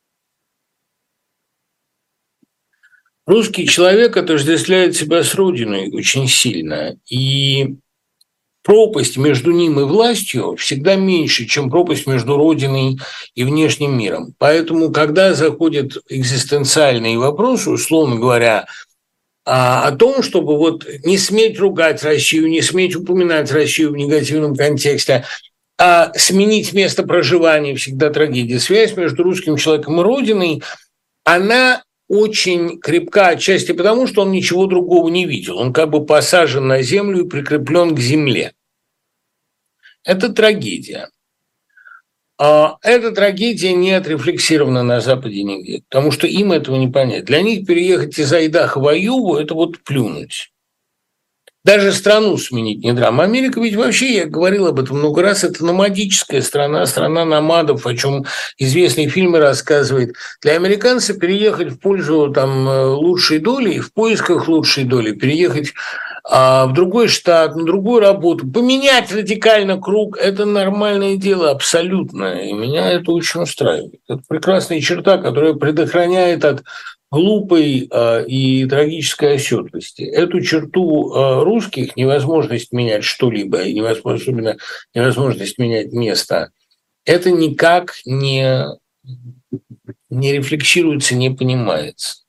русский человек отождествляет себя с Родиной очень сильно, и пропасть между ним и властью всегда меньше, чем пропасть между Родиной и внешним миром. Поэтому, когда заходят экзистенциальные вопросы, условно говоря, о том, чтобы вот не сметь ругать Россию, не сметь упоминать Россию в негативном контексте, а сменить место проживания всегда трагедия. Связь между русским человеком и Родиной, она очень крепка, отчасти потому, что он ничего другого не видел. Он как бы посажен на землю и прикреплен к земле. Это трагедия. А эта трагедия не отрефлексирована на Западе нигде, потому что им этого не понять. Для них переехать из Айдаха в Айову – это вот плюнуть. Даже страну сменить не драма. Америка ведь вообще, я говорил об этом много раз, это номадическая страна, страна номадов, о чем известные фильмы рассказывают. Для американца переехать в пользу там, лучшей доли, в поисках лучшей доли, переехать а, в другой штат, на другую работу, поменять радикально круг – это нормальное дело абсолютно. И меня это очень устраивает. Это прекрасная черта, которая предохраняет от глупой э, и трагической оседлости. Эту черту э, русских, невозможность менять что-либо, и невозможность, особенно невозможность менять место, это никак не, не рефлексируется, не понимается.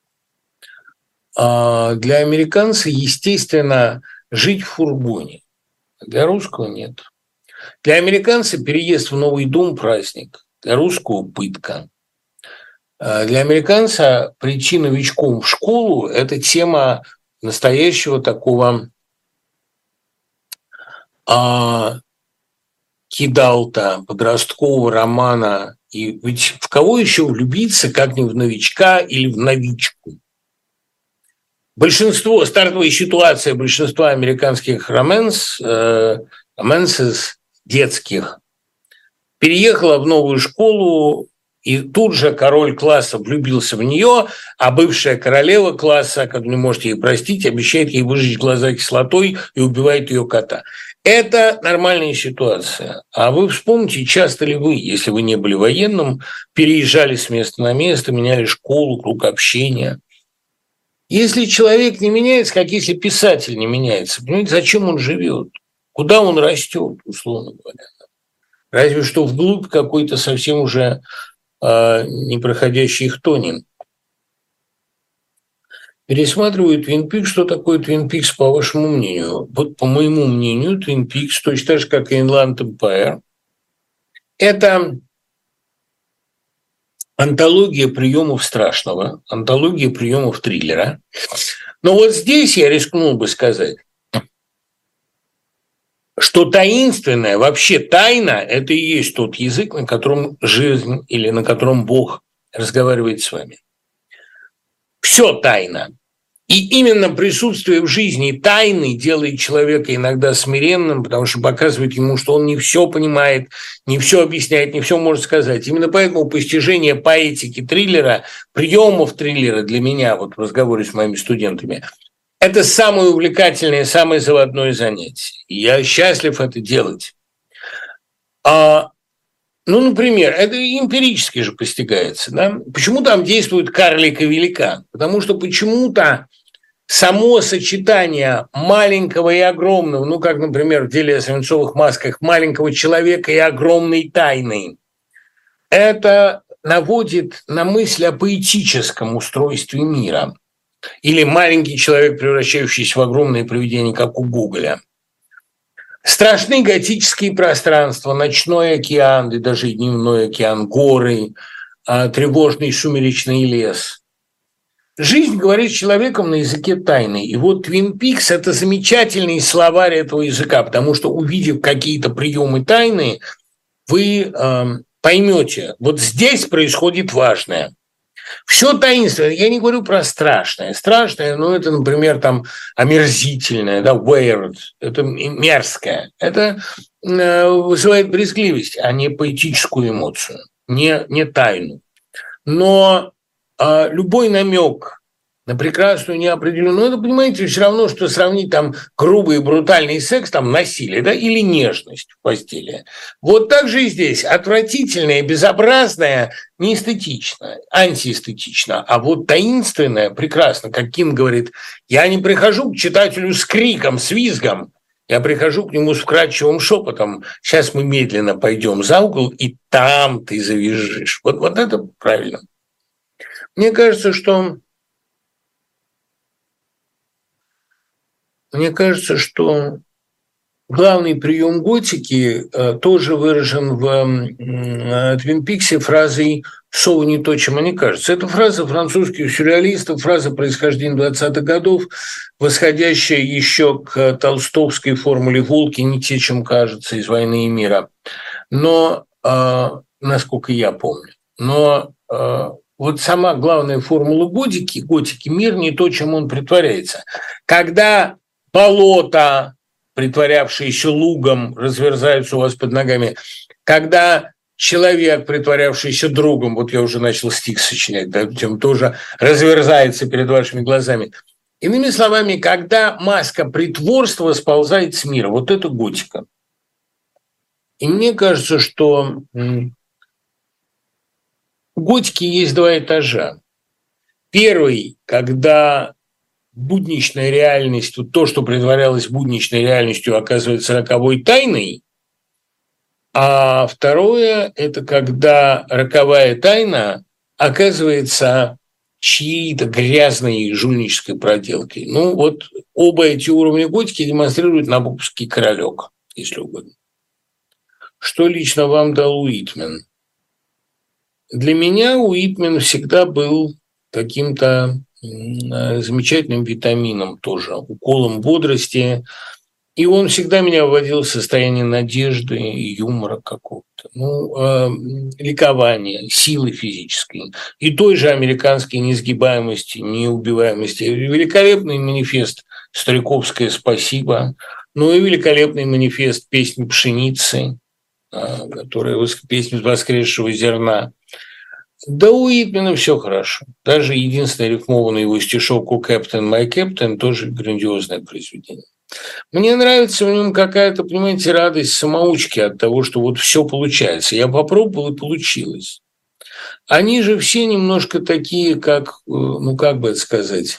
А для американца, естественно, жить в фургоне. Для русского нет. Для американца переезд в новый дом – праздник, для русского – пытка. Для американца прийти новичком в школу – это тема настоящего такого а, кидалта, подросткового романа. И ведь в кого еще влюбиться, как не в новичка или в новичку? Большинство, стартовая ситуация большинства американских романс, э, романсов детских переехала в новую школу, и тут же король класса влюбился в нее, а бывшая королева класса, как не может ей простить, обещает ей выжечь глаза кислотой и убивает ее кота. Это нормальная ситуация. А вы вспомните, часто ли вы, если вы не были военным, переезжали с места на место, меняли школу, круг общения? Если человек не меняется, как если писатель не меняется, понимаете, зачем он живет? Куда он растет, условно говоря? Разве что вглубь какой-то совсем уже э, непроходящий хтонин. Пересматриваю Twin Peaks. Что такое Twin Peaks, по вашему мнению? Вот по моему мнению, Twin Peaks, точно так же, как и Inland Empire, это антология приемов страшного, антология приемов триллера. Но вот здесь я рискнул бы сказать, что таинственное, вообще тайна – это и есть тот язык, на котором жизнь или на котором Бог разговаривает с вами. Все тайна. И именно присутствие в жизни тайны делает человека иногда смиренным, потому что показывает ему, что он не все понимает, не все объясняет, не все может сказать. Именно поэтому постижение поэтики триллера, приемов триллера для меня, вот в разговоре с моими студентами, это самое увлекательное, самое заводное занятие. И я счастлив это делать. А, ну, например, это эмпирически же постигается. Да? Почему там действует карлик и великан? Потому что почему-то само сочетание маленького и огромного, ну, как, например, в деле о свинцовых масках, маленького человека и огромной тайны, это наводит на мысль о поэтическом устройстве мира. Или маленький человек, превращающийся в огромное привидение, как у Гоголя. Страшны готические пространства, ночной океан, и даже дневной океан, горы, тревожный сумеречный лес. Жизнь говорит с человеком на языке тайны. И вот Twin Peaks – это замечательный словарь этого языка, потому что, увидев какие-то приемы тайны, вы э, поймете, вот здесь происходит важное. Все таинственное. Я не говорю про страшное. Страшное, ну, это, например, там омерзительное, да, weird, это мерзкое. Это э, вызывает брезгливость, а не поэтическую эмоцию, не, не тайну. Но э, любой намек на прекрасную неопределенную, ну, это, понимаете, все равно, что сравнить там грубый и брутальный секс, там насилие, да, или нежность в постели. Вот так же и здесь. Отвратительное, безобразное, не эстетично, антиэстетично, а вот таинственное, прекрасно, как Кинг говорит, я не прихожу к читателю с криком, с визгом, я прихожу к нему с вкрадчивым шепотом, сейчас мы медленно пойдем за угол, и там ты завизжишь. Вот, вот это правильно. Мне кажется, что Мне кажется, что главный прием готики э, тоже выражен в э, Твин Пиксе фразой «совы не то, чем они кажутся». Это фраза французских сюрреалистов, фраза происхождения двадцатых годов, восходящая еще к толстовской формуле «волки не те, чем кажется» из «Войны и мира». Но, э, насколько я помню, но э, вот сама главная формула готики, готики – мир не то, чем он притворяется. Когда болото, притворявшиеся лугом, разверзаются у вас под ногами. Когда человек, притворявшийся другом, вот я уже начал стих сочинять, да, тем тоже разверзается перед вашими глазами. Иными словами, когда маска притворства сползает с мира, вот это готика. И мне кажется, что у готики есть два этажа. Первый, когда будничная реальность, вот то, что притворялось будничной реальностью, оказывается роковой тайной. А второе – это когда роковая тайна оказывается чьей-то грязной жульнической проделкой. Ну, вот оба эти уровня готики демонстрируют набокский королек, если угодно. Что лично вам дал Уитмен? Для меня Уитмен всегда был каким-то замечательным витамином тоже, уколом бодрости. И он всегда меня вводил в состояние надежды и юмора какого-то, ну, э, ликования, силы физической и той же американской несгибаемости, неубиваемости. Великолепный манифест «Стариковское спасибо», ну и великолепный манифест «Песни пшеницы», э, которая «Песня воскресшего зерна». Да у Уитмена все хорошо. Даже единственный рифмованный его стишок «У Кэптен, май Кэптен» тоже грандиозное произведение. Мне нравится в нем какая-то, понимаете, радость самоучки от того, что вот все получается. Я попробовал, и получилось. Они же все немножко такие, как, э, ну как бы это сказать,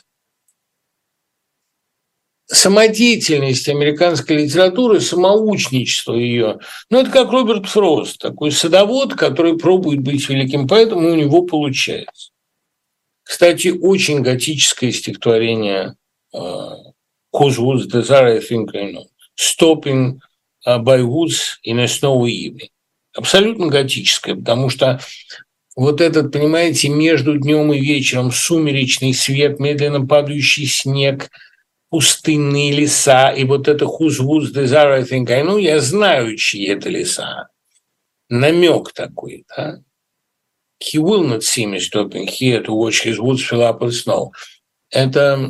самодеятельность американской литературы, самоучничество ее. Ну, это как Роберт Фрост, такой садовод, который пробует быть великим поэтом, и у него получается. Кстати, очень готическое стихотворение «Whose woods desire I think I know», «Stopping by woods in a snowy evening». Абсолютно готическое, потому что вот этот, понимаете, между днем и вечером сумеречный свет, медленно падающий снег, пустынные леса, и вот это «Whose woods desire I think I know», я знаю, чьи это леса. Намек такой, да? «He will not see me stopping here to watch his woods fill up with snow». Это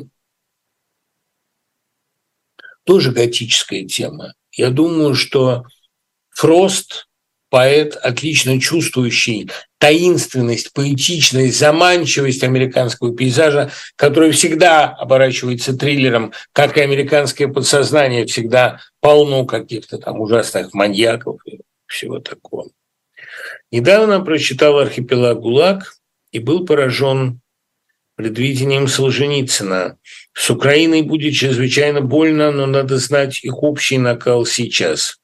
тоже готическая тема. Я думаю, что Фрост, поэт, отлично чувствующий таинственность, поэтичность, заманчивость американского пейзажа, который всегда оборачивается триллером, как и американское подсознание, всегда полно каких-то там ужасных маньяков и всего такого. Недавно прочитал «Архипелаг ГУЛАГ» и был поражен предвидением Солженицына. С Украиной будет чрезвычайно больно, но надо знать их общий накал сейчас.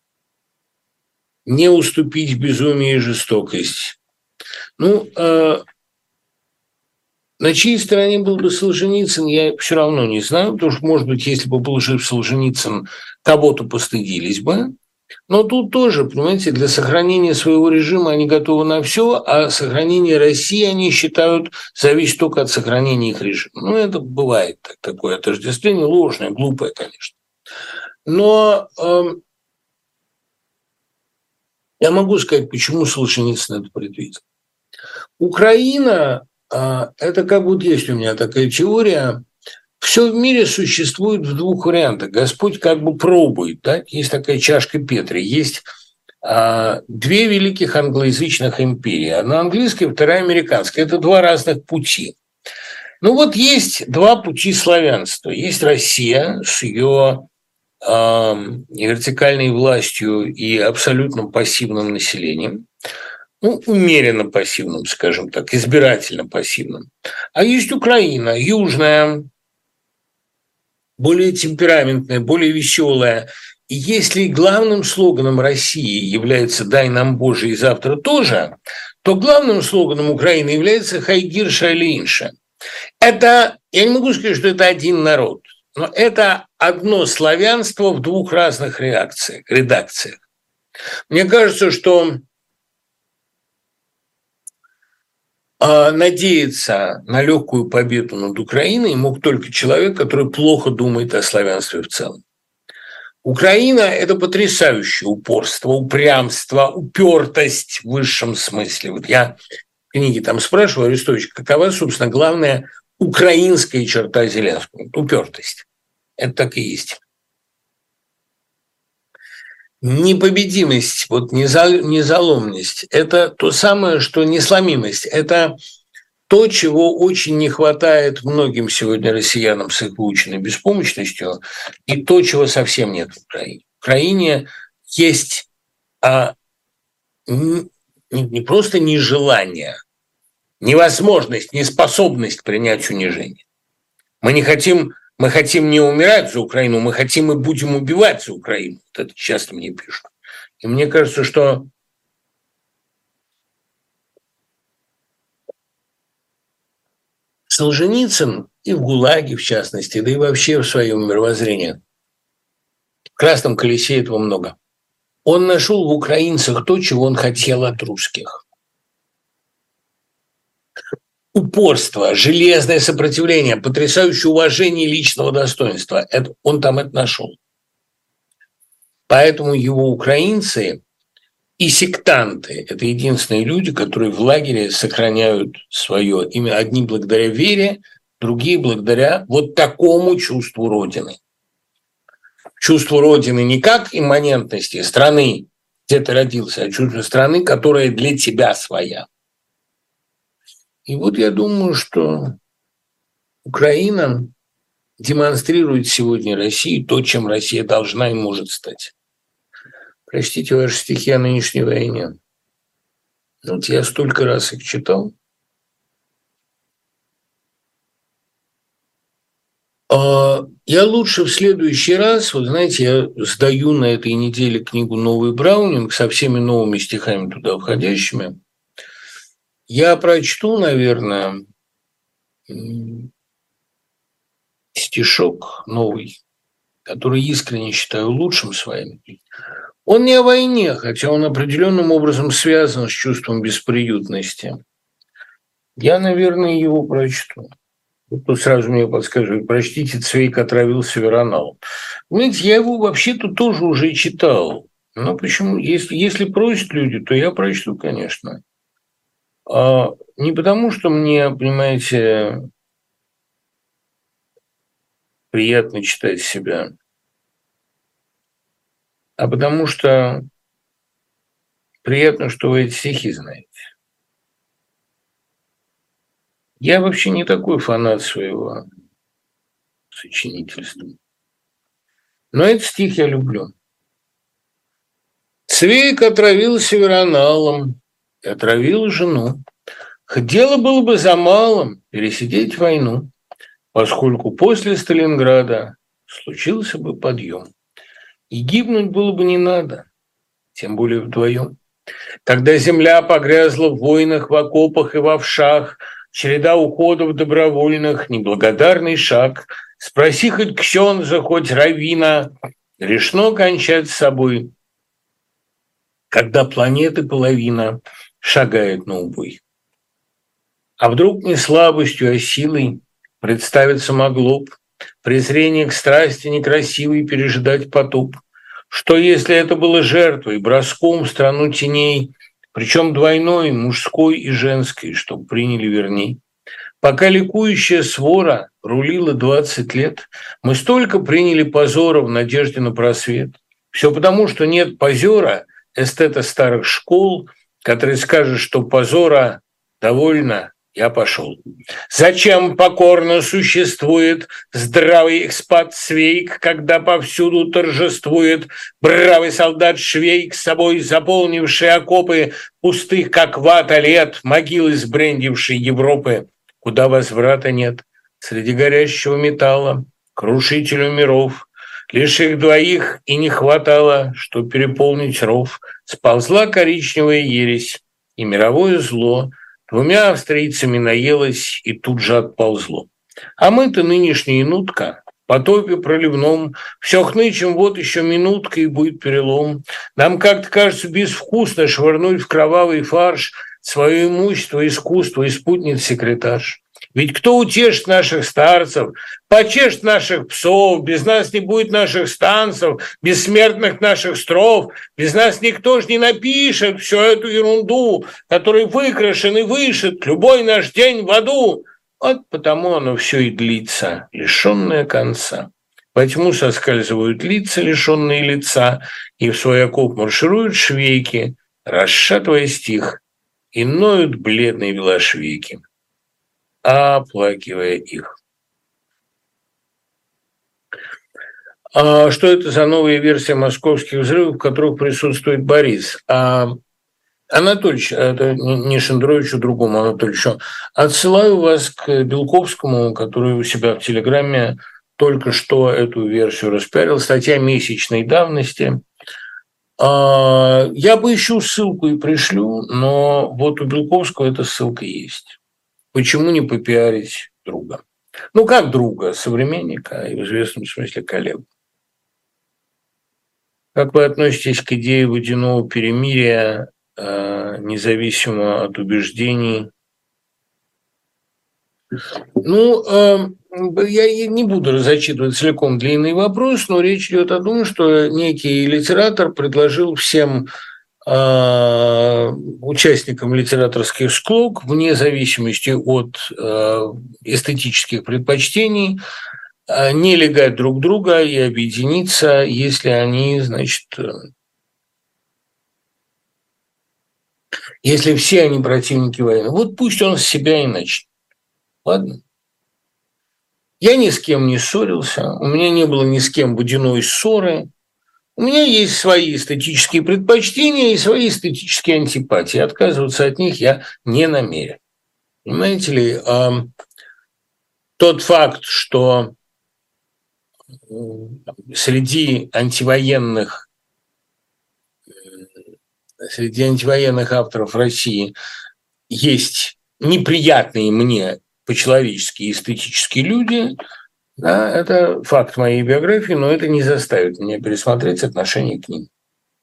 Не уступить безумие и жестокость. Ну, э, на чьей стороне был бы Солженицын, я все равно не знаю, потому что, может быть, если бы был жив Солженицын, кого-то постыдились бы. Но тут тоже, понимаете, для сохранения своего режима они готовы на все, а сохранение России они считают зависит только от сохранения их режима. Ну, это бывает так, такое отождествление, ложное, глупое, конечно. Но э, я могу сказать, почему Солженицын это предвидел. Украина э, – это как вот есть у меня такая теория. Все в мире существует в двух вариантах. Господь как бы пробует. Да? Есть такая чашка Петри. Есть а, две великих англоязычных империи. Одна английская, вторая американская. Это два разных пути. Ну вот есть два пути славянства. Есть Россия с ее а, вертикальной властью и абсолютно пассивным населением. Ну, умеренно пассивным, скажем так, избирательно пассивным. А есть Украина, южная, более темпераментная, более веселая. И если главным слоганом России является «дай нам Боже и завтра тоже», то главным слоганом Украины является «хайгир шайлинша». Это, я не могу сказать, что это один народ, но это одно славянство в двух разных реакциях, редакциях. Мне кажется, что надеяться на легкую победу над Украиной мог только человек, который плохо думает о славянстве в целом. Украина – это потрясающее упорство, упрямство, упертость в высшем смысле. Вот я в книге там спрашиваю Арестовича, какова, собственно, главная украинская черта Зеленского? Упертость. Это так и есть. Непобедимость, вот незаломность – это то самое, что несломимость. Это то, чего очень не хватает многим сегодня россиянам с их выученной беспомощностью, и то, чего совсем нет в Украине. В Украине есть а, не, не просто нежелание, невозможность, неспособность принять унижение. Мы не хотим... Мы хотим не умирать за Украину, мы хотим и будем убивать за Украину. Вот это часто мне пишут. И мне кажется, что Солженицын и в ГУЛАГе, в частности, да и вообще в своем мировоззрении, в «Красном колесе» этого много. Он нашел в украинцах то, чего он хотел от русских. Упорство, железное сопротивление, потрясающее уважение личного достоинства. Это, он там это нашел. Поэтому его украинцы и сектанты – это единственные люди, которые в лагере сохраняют свое имя. Одни благодаря вере, другие благодаря вот такому чувству Родины. Чувство Родины не как имманентности страны, где ты родился, а чувство страны, которая для тебя своя. И вот я думаю, что Украина демонстрирует сегодня России то, чем Россия должна и может стать. Прочтите ваши стихи о нынешней войне. Вот я столько раз их читал. Я лучше в следующий раз, вот знаете, я сдаю на этой неделе книгу «Новый Браунинг» со всеми новыми стихами туда входящими. Я прочту, наверное, стишок новый, который искренне считаю лучшим своим. Он не о войне, хотя он определенным образом связан с чувством бесприютности. Я, наверное, его прочту. Вот тут сразу мне подскажут, прочтите «Цвейк отравился Вероналом». Понимаете, я его вообще-то тоже уже читал. Но почему? Если, если просят люди, то я прочту, конечно. А не потому, что мне, понимаете, приятно читать себя, а потому что приятно, что вы эти стихи знаете. Я вообще не такой фанат своего сочинительства. Но этот стих я люблю. Цвейк отравился Вероналом и отравил жену. Хоть дело было бы за малым пересидеть войну, поскольку после Сталинграда случился бы подъем. И гибнуть было бы не надо, тем более вдвоем. Когда земля погрязла в войнах, в окопах и в овшах, череда уходов добровольных, неблагодарный шаг. Спроси хоть ксенза, хоть раввина, решено кончать с собой, когда планеты половина шагает на убой. А вдруг не слабостью, а силой представиться могло б презрение к страсти некрасивой пережидать потоп? Что, если это было жертвой, броском в страну теней, причем двойной, мужской и женской, чтоб приняли верней? Пока ликующая свора рулила двадцать лет, мы столько приняли позора в надежде на просвет. Все потому, что нет позера, эстета старых школ, который скажет, что позора довольно, я пошел. Зачем покорно существует здравый экспат Цвейк, когда повсюду торжествует бравый солдат Швейк, с собой заполнивший окопы пустых, как вата, лет, могилы сбрендившей Европы, куда возврата нет, среди горящего металла, крушителю миров. Лишь их двоих и не хватало, чтоб переполнить ров. Сползла коричневая ересь и мировое зло двумя австрийцами наелось и тут же отползло. А мы-то нынешняя нутка, в потопе проливном, все хнычем, вот еще минутка, и будет перелом. Нам как-то кажется безвкусно швырнуть в кровавый фарш свое имущество, искусство и спутниц-секретарш. Ведь кто утешит наших старцев, почешет наших псов, без нас не будет наших станцев, бессмертных наших стров, без нас никто ж не напишет всю эту ерунду, которой выкрашен и вышит любой наш день в аду. Вот потому оно все и длится, лишенное конца. Во тьму соскальзывают лица, лишенные лица, и в свой окоп маршируют швейки, расшатывая стих, и ноют бледные велошвейки, оплакивая их. А что это за новая версия московских взрывов, в которых присутствует Борис? А, Анатольевич, это не Шендеровичу, другому Анатольевичу, отсылаю вас к Белковскому, который у себя в Телеграме только что эту версию распиарил, статья месячной давности. А, я бы ищу ссылку и пришлю, но вот у Белковского эта ссылка есть. Почему не попиарить друга? Ну, как друга, современника и в известном смысле коллегу. Как вы относитесь к идее водяного перемирия, э, независимо от убеждений? Ну, э, я не буду зачитывать целиком длинный вопрос, но речь идет о том, что некий литератор предложил всем участникам литераторских склок, вне зависимости от эстетических предпочтений, не легать друг друга и объединиться, если они, значит, если все они противники войны. Вот пусть он с себя и начнет. Ладно? Я ни с кем не ссорился, у меня не было ни с кем водяной ссоры. У меня есть свои эстетические предпочтения и свои эстетические антипатии. Отказываться от них я не намерен. Понимаете ли, тот факт, что среди антивоенных, среди антивоенных авторов России есть неприятные мне по-человечески эстетические люди, да, это факт моей биографии, но это не заставит меня пересмотреть отношение к ним.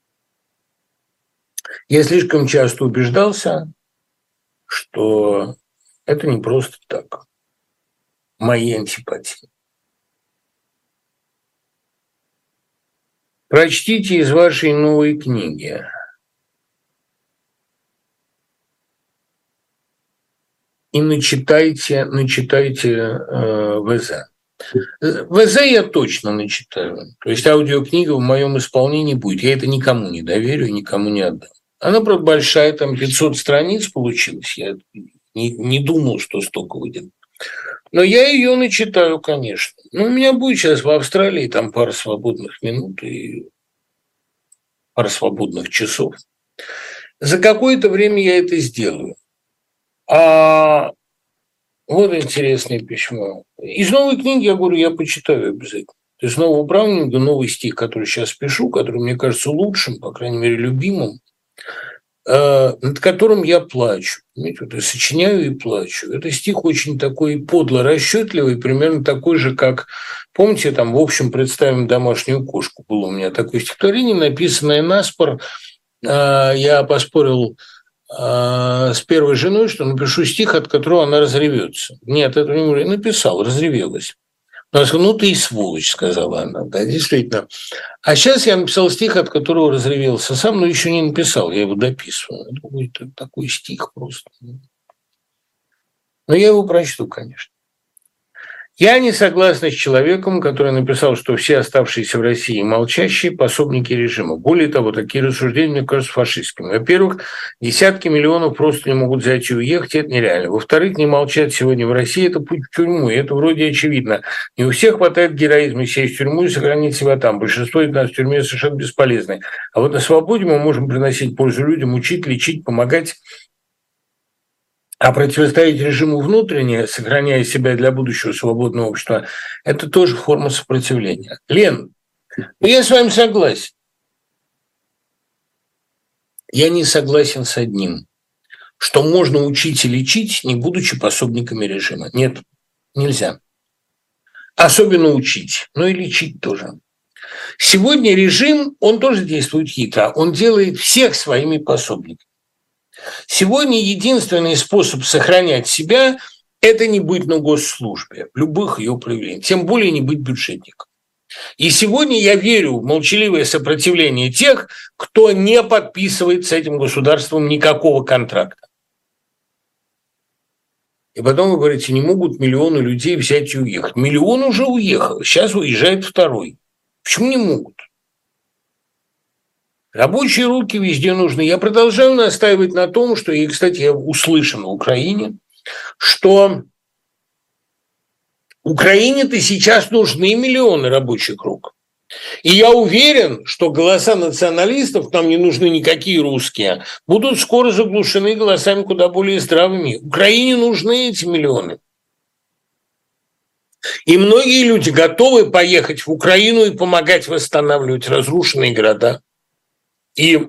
Я слишком часто убеждался, что это не просто так. Мои антипатии. Прочтите из вашей новой книги. И начитайте, начитайте э, ВЗ. ВЗ я точно начитаю. То есть аудиокнига в моем исполнении будет. Я это никому не доверю и никому не отдам. Она, правда, большая, там пятьсот страниц получилось. Я не, не думал, что столько выйдет. Но я ее начитаю, конечно. Но у меня будет сейчас в Австралии там пара свободных минут и пара свободных часов. За какое-то время я это сделаю. А вот интересное письмо. Из новой книги, я говорю, я почитаю обязательно. То есть нового Браунинга, новый стих, который сейчас пишу, который мне кажется лучшим, по крайней мере, любимым, над которым я плачу. Понимаете, вот я сочиняю и плачу. Это стих очень такой подло расчетливый, примерно такой же, как, помните, там, в общем, представим домашнюю кошку. Было у меня такое стихотворение, написанное наспор. Я поспорил с первой женой, что напишу стих, от которого она разревется. Нет, это не написал, разревелась. Она сказала, ну ты и сволочь, сказала она. Да, действительно. А сейчас я написал стих, от которого разревелся сам, но еще не написал, я его дописываю. Это будет такой стих просто. Но я его прочту, конечно. Я не согласна с человеком, который написал, что все оставшиеся в России молчащие пособники режима. Более того, такие рассуждения мне кажутся фашистскими. Во-первых, десятки миллионов просто не могут зайти и уехать, это нереально. Во-вторых, не молчать сегодня в России – это путь в тюрьму, и это вроде очевидно. Не у всех хватает героизма сесть в тюрьму и сохранить себя там. Большинство из нас в тюрьме совершенно бесполезны. А вот на свободе мы можем приносить пользу людям, учить, лечить, помогать. А противостоять режиму внутренне, сохраняя себя для будущего свободного общества, это тоже форма сопротивления. Лен, ну я с вами согласен. Я не согласен с одним, что можно учить и лечить, не будучи пособниками режима. Нет, нельзя. Особенно учить, но и лечить тоже. Сегодня режим, он тоже действует хитро, он делает всех своими пособниками. Сегодня единственный способ сохранять себя – это не быть на госслужбе в любых ее проявлениях, тем более не быть бюджетником. И сегодня я верю в молчаливое сопротивление тех, кто не подписывает с этим государством никакого контракта. И потом вы говорите, не могут миллионы людей взять и уехать. Миллион уже уехал, сейчас уезжает второй. Почему не могут? Рабочие руки везде нужны. Я продолжаю настаивать на том, что, и, кстати, я услышан в Украине, что Украине-то сейчас нужны миллионы рабочих рук. И я уверен, что голоса националистов, нам не нужны никакие русские, будут скоро заглушены голосами куда более здравыми. Украине нужны эти миллионы. И многие люди готовы поехать в Украину и помогать восстанавливать разрушенные города. И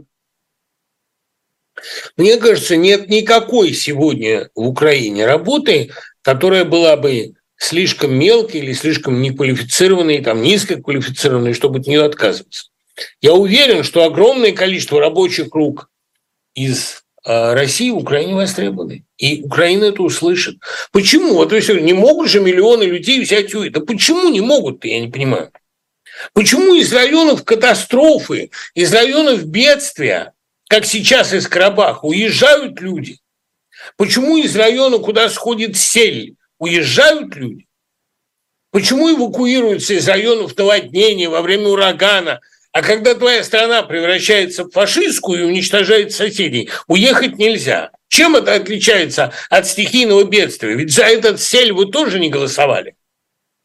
мне кажется, нет никакой сегодня в Украине работы, которая была бы слишком мелкой или слишком неквалифицированной, там, низкоквалифицированной, чтобы от нее отказываться. Я уверен, что огромное количество рабочих рук из э, России в Украине востребованы. И Украина это услышит. Почему? Вот, то есть, не могут же миллионы людей взять и уйти. Да почему не могут-то, я не понимаю. Почему из районов катастрофы, из районов бедствия, как сейчас из Карабаха, уезжают люди? Почему из района, куда сходит сель, уезжают люди? Почему эвакуируются из районов наводнения во время урагана? А когда твоя страна превращается в фашистскую и уничтожает соседей, уехать нельзя. Чем это отличается от стихийного бедствия? Ведь за этот сель вы тоже не голосовали.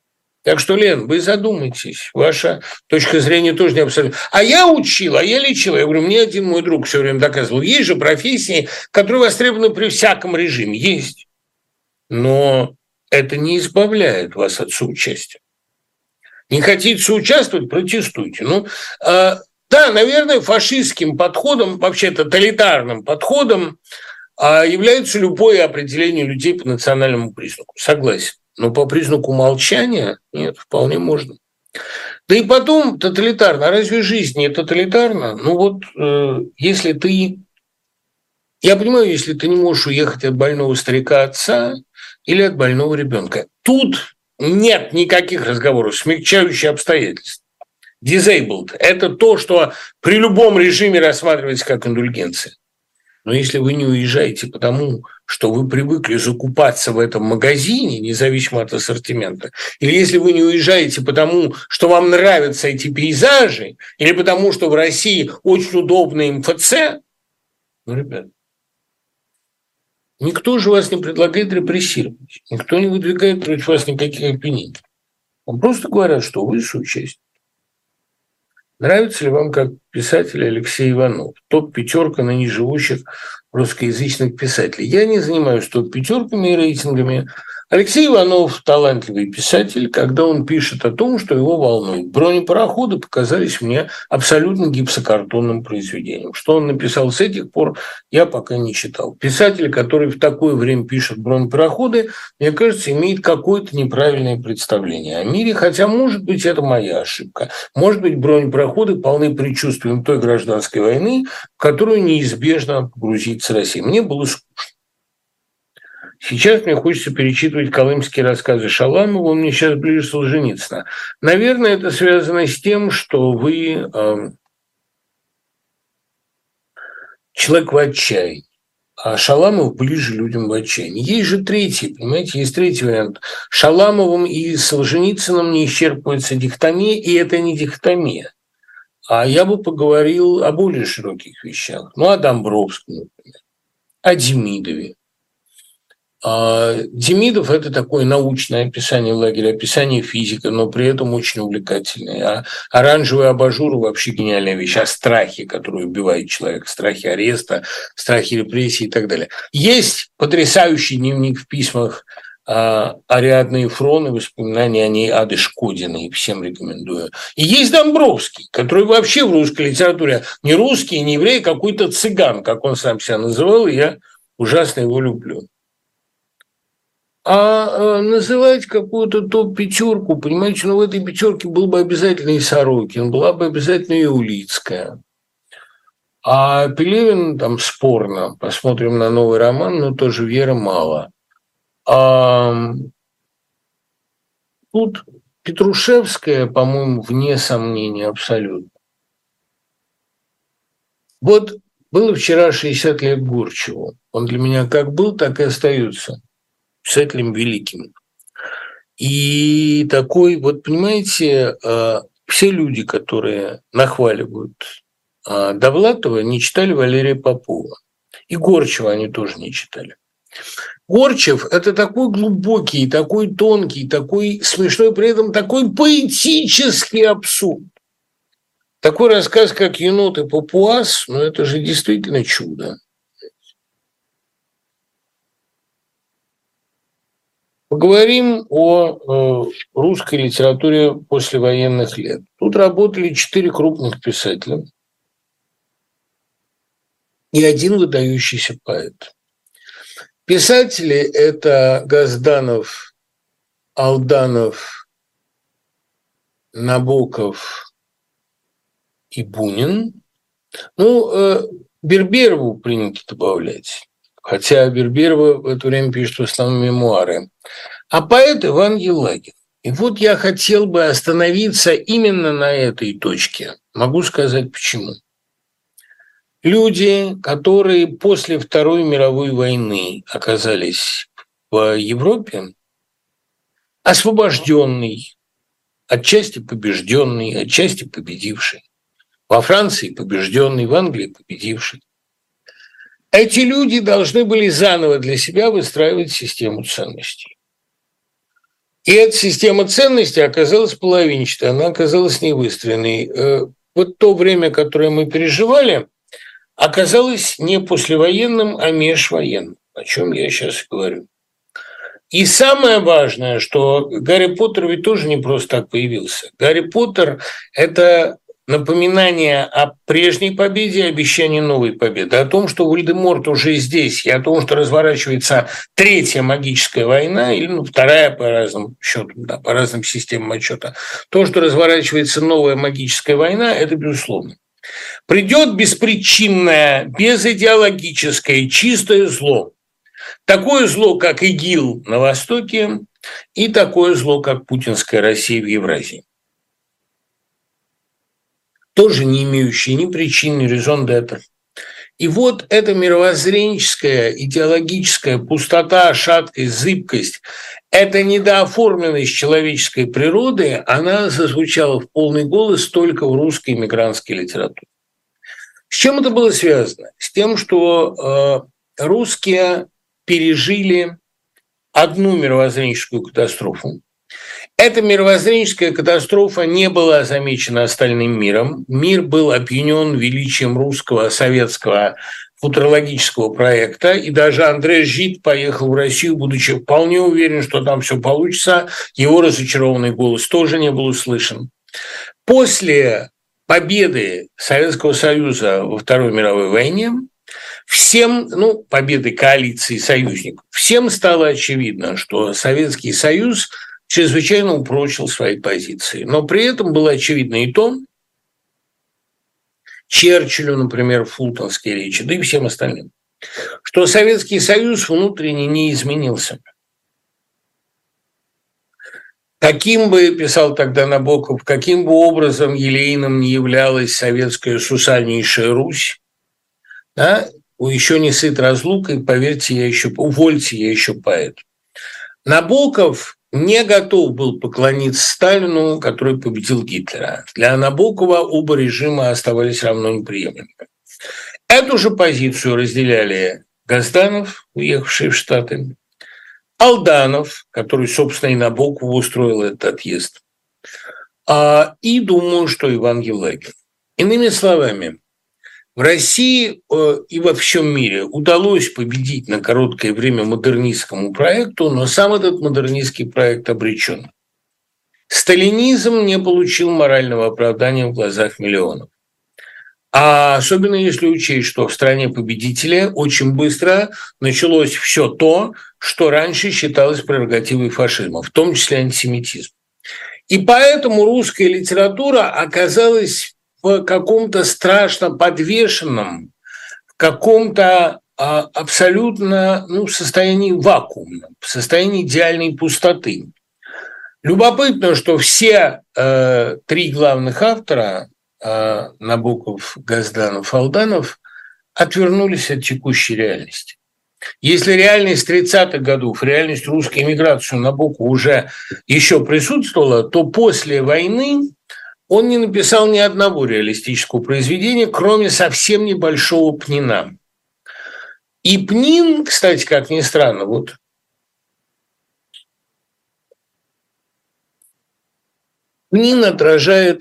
Так что, Лен, вы задумайтесь. Ваша точка зрения тоже не абсолютно. А я учил, а я лечил. Я говорю, мне один мой друг все время доказывал. Есть же профессии, которые востребованы при всяком режиме. Есть. Но это не избавляет вас от соучастия. Не хотите соучаствовать – протестуйте. Ну, э, да, наверное, фашистским подходом, вообще тоталитарным подходом э, является любое определение людей по национальному признаку. Согласен. Но по признаку молчания нет, вполне можно. Да и потом тоталитарно. А разве жизнь не тоталитарна? Ну вот, э, если ты... Я понимаю, если ты не можешь уехать от больного старика отца или от больного ребенка. Тут нет никаких разговоров, смягчающие обстоятельства. Disabled – это то, что при любом режиме рассматривается как индульгенция. Но если вы не уезжаете потому, что вы привыкли закупаться в этом магазине, независимо от ассортимента, или если вы не уезжаете потому, что вам нравятся эти пейзажи, или потому, что в России очень удобный эм эф цэ, ну, ребят, никто же вас не предлагает репрессировать, никто не выдвигает против вас никаких обвинений. Вам просто говорят, что вы соучастник. Нравится ли вам как писатель Алексей Иванов? Топ-пятерка ныне живущих русскоязычных писателей. Я не занимаюсь топ-пятерками и рейтингами. Алексей Иванов – талантливый писатель, когда он пишет о том, что его волнует. «Бронепароходы» показались мне абсолютно гипсокартонным произведением. Что он написал с этих пор, я пока не читал. Писатель, который в такое время пишет «Бронепароходы», мне кажется, имеет какое-то неправильное представление о мире, хотя, может быть, это моя ошибка. Может быть, «Бронепароходы» полны предчувствием той гражданской войны, в которую неизбежно погрузится Россия. Мне было скучно. Сейчас мне хочется перечитывать колымские рассказы Шаламова, он мне сейчас ближе Солженицына. Наверное, это связано с тем, что вы э, человек в отчаянии, а Шаламов ближе людям в отчаянии. Есть же третий, понимаете, есть третий вариант. Шаламовым и Солженицыным не исчерпывается дихотомия, и это не дихотомия. А я бы поговорил о более широких вещах. Ну, о Домбровском, например, о Демидове. Демидов – это такое научное описание лагеря, описание физика, но при этом очень увлекательное. А оранжевый абажур – вообще гениальная вещь. О страхе, который убивает человека, страхе ареста, страхе репрессий и так далее. Есть потрясающий дневник в письмах Ариадны Ефроны, воспоминания о ней Ады Шкодиной, всем рекомендую. И есть Домбровский, который вообще в русской литературе не русский, не еврей, а какой-то цыган, как он сам себя называл, и я ужасно его люблю. А называть какую-то топ-пятерку, понимаете, ну в этой пятерке был бы обязательно и Сорокин, была бы обязательно и Улицкая. А Пелевин там спорно, посмотрим на новый роман, но тоже веры мало. А тут Петрушевская, по-моему, вне сомнения абсолютно. Вот было вчера шестьдесят лет Гурчеву. Он для меня как был, так и остается писателем великим. И такой, вот понимаете, все люди, которые нахваливают Довлатова, не читали Валерия Попова. И Горчева они тоже не читали. Горчев – это такой глубокий, такой тонкий, такой смешной, при этом такой поэтический абсурд. Такой рассказ, как «Енот и папуас», ну это же действительно чудо. Поговорим о э, русской литературе послевоенных лет. Тут работали четыре крупных писателя и один выдающийся поэт. Писатели – это Газданов, Алданов, Набоков и Бунин. Ну, э, Берберову принято добавлять. Хотя Берберова в это время пишет в основном мемуары. А поэт Иван Елагин. И вот я хотел бы остановиться именно на этой точке. Могу сказать, почему. Люди, которые после Второй мировой войны оказались в Европе, освобожденный, отчасти побежденный, отчасти победивший. Во Франции побежденный, в Англии победивший. Эти люди должны были заново для себя выстраивать систему ценностей. И эта система ценностей оказалась половинчатой, она оказалась невыстроенной. Вот то время, которое мы переживали, оказалось не послевоенным, а межвоенным, о чем я сейчас и говорю. И самое важное, что Гарри Поттер ведь тоже не просто так появился. Гарри Поттер – это напоминание о прежней победе и обещание новой победы, о том, что Волдеморт уже здесь, и о том, что разворачивается третья магическая война, или ну, вторая по разным счетам, да, по разным системам отчета. То, что разворачивается новая магическая война, это безусловно. Придет беспричинное, безидеологическое, чистое зло. Такое зло, как ИГИЛ на Востоке, и такое зло, как путинская Россия в Евразии. Тоже не имеющие ни причин, ни резон d'être. И вот эта мировоззренческая, идеологическая пустота, шаткость, зыбкость, эта недооформленность человеческой природы, она зазвучала в полный голос только в русской эмигрантской литературе. С чем это было связано? С тем, что э, русские пережили одну мировоззренческую катастрофу. Эта мировоззренческая катастрофа не была замечена остальным миром. Мир был опьянен величием русского советского футурологического проекта, и даже Андре Жид поехал в Россию, будучи вполне уверен, что там все получится. Его разочарованный голос тоже не был услышан. После победы Советского Союза во Второй мировой войне всем, ну, победы коалиции союзников, всем стало очевидно, что Советский Союз чрезвычайно упрочил свои позиции. Но при этом было очевидно и то, Черчиллю, например, в фултонской речи, да и всем остальным, что Советский Союз внутренне не изменился. Каким бы, писал тогда Набоков, каким бы образом елейным не являлась советская сусальнейшая Русь, да, еще не сыт разлукой, поверьте, я еще, увольте, я еще поэт. Набоков не готов был поклониться Сталину, который победил Гитлера. Для Набокова оба режима оставались равно неприемлемыми. Эту же позицию разделяли Гозданов, уехавший в Штаты, Алданов, который, собственно, и Набокову устроил этот отъезд, и, думаю, что Иван Елагин. Иными словами, в России и во всем мире удалось победить на короткое время модернистскому проекту, но сам этот модернистский проект обречен. Сталинизм не получил морального оправдания в глазах миллионов. А особенно если учесть, что в стране победителя очень быстро началось все то, что раньше считалось прерогативой фашизма, в том числе антисемитизм. И поэтому русская литература оказалась в каком-то страшно подвешенном, в каком-то а, абсолютно ну, состоянии вакуума, в состоянии идеальной пустоты. Любопытно, что все э, три главных автора, э, Набоков, Гозданов, Алданов, отвернулись от текущей реальности. Если реальность тридцатых годов, реальность русской эмиграции у Набокова уже еще присутствовала, то после войны он не написал ни одного реалистического произведения, кроме совсем небольшого Пнина. И Пнин, кстати, как ни странно, вот Пнин отражает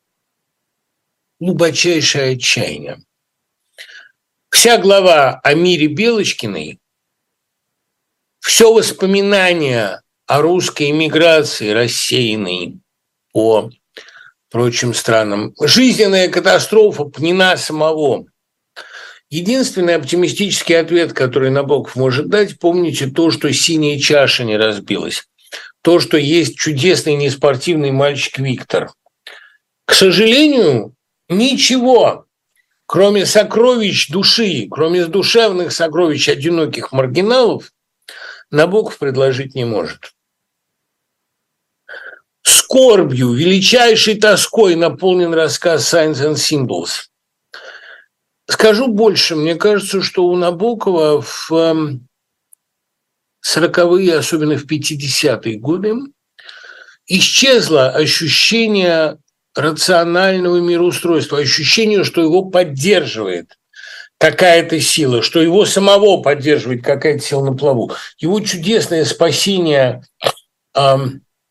глубочайшее отчаяние. Вся глава о мире Белочкиной, все воспоминания о русской эмиграции, рассеянной по прочим странам, жизненная катастрофа Пнина самого. Единственный оптимистический ответ, который Набоков может дать, помните то, что синяя чаша не разбилась, то, что есть чудесный неспортивный мальчик Виктор. К сожалению, ничего, кроме сокровищ души, кроме душевных сокровищ одиноких маргиналов, Набоков предложить не может. Скорбью, величайшей тоской наполнен рассказ «Signs and Symbols». Скажу больше, мне кажется, что у Набокова в сороковые, особенно в пятидесятые годы, исчезло ощущение рационального мироустройства, ощущение, что его поддерживает какая-то сила, что его самого поддерживает какая-то сила на плаву. Его чудесное спасение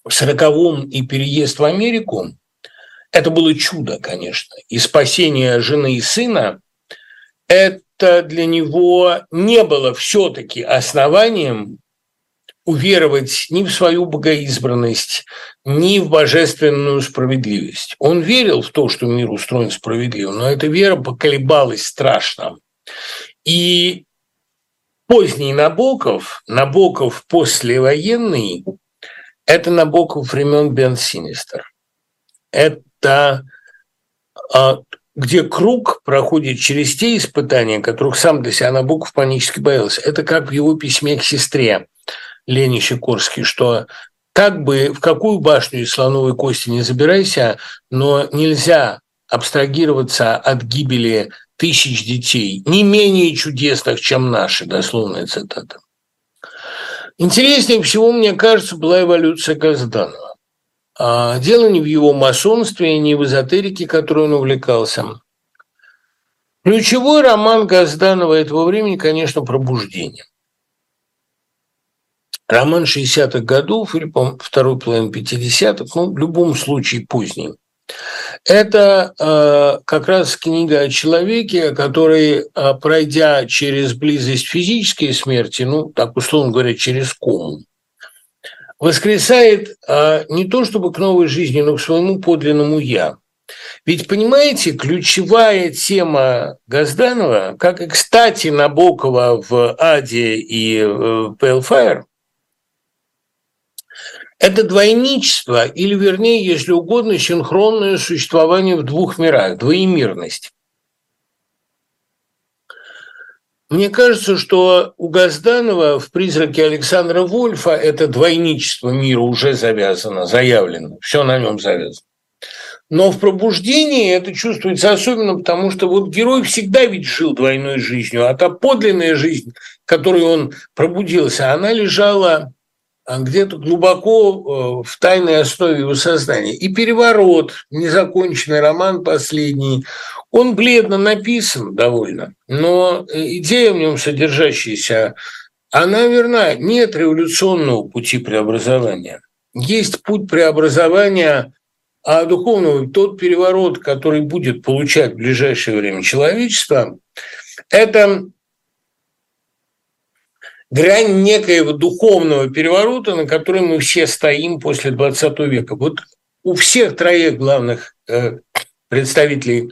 в сороковом и переезд в Америку – это было чудо, конечно. И спасение жены и сына – это для него не было все-таки основанием уверовать ни в свою богоизбранность, ни в божественную справедливость. Он верил в то, что мир устроен справедливо, но эта вера поколебалась страшно. И поздний Набоков, Набоков послевоенный, это Набоков времен Бен Синистер. Это где круг проходит через те испытания, которых сам для себя Набоков панически боялся. Это как в его письме к сестре Лене Сикорской, что как бы в какую башню из слоновой кости не забирайся, но нельзя абстрагироваться от гибели тысяч детей, не менее чудесных, чем наши, дословная цитата. Интереснее всего, мне кажется, была эволюция Газданова. Дело не в его масонстве, не в эзотерике, которой он увлекался. Ключевой роман Газданова этого времени, конечно, «Пробуждение». Роман шестидесятых годов или, по-моему, второй половины пятидесятых, ну, в любом случае поздний. Это э, как раз книга о человеке, который, э, пройдя через близость физической смерти, ну, так условно говоря, через кому, воскресает э, не то чтобы к новой жизни, но к своему подлинному «я». Ведь, понимаете, ключевая тема Газданова, как и, кстати, Набокова в «Аде» и в «Pale Fire», это двойничество, или, вернее, если угодно, синхронное существование в двух мирах, двоемирность. Мне кажется, что у Газданова в «Призраке Александра Вольфа» это двойничество мира уже завязано, заявлено, все на нем завязано. Но в «Пробуждении» это чувствуется особенно, потому что вот герой всегда ведь жил двойной жизнью, а та подлинная жизнь, в которой он пробудился, она лежала где-то глубоко в тайной основе его сознания. И «Переворот», незаконченный роман последний, он бледно написан довольно, но идея в нем содержащаяся, она верна. Нет революционного пути преобразования. Есть путь преобразования а духовного. Тот переворот, который будет получать в ближайшее время человечество, это грань некоего духовного переворота, на котором мы все стоим после двадцатого века. Вот у всех троих главных э, представителей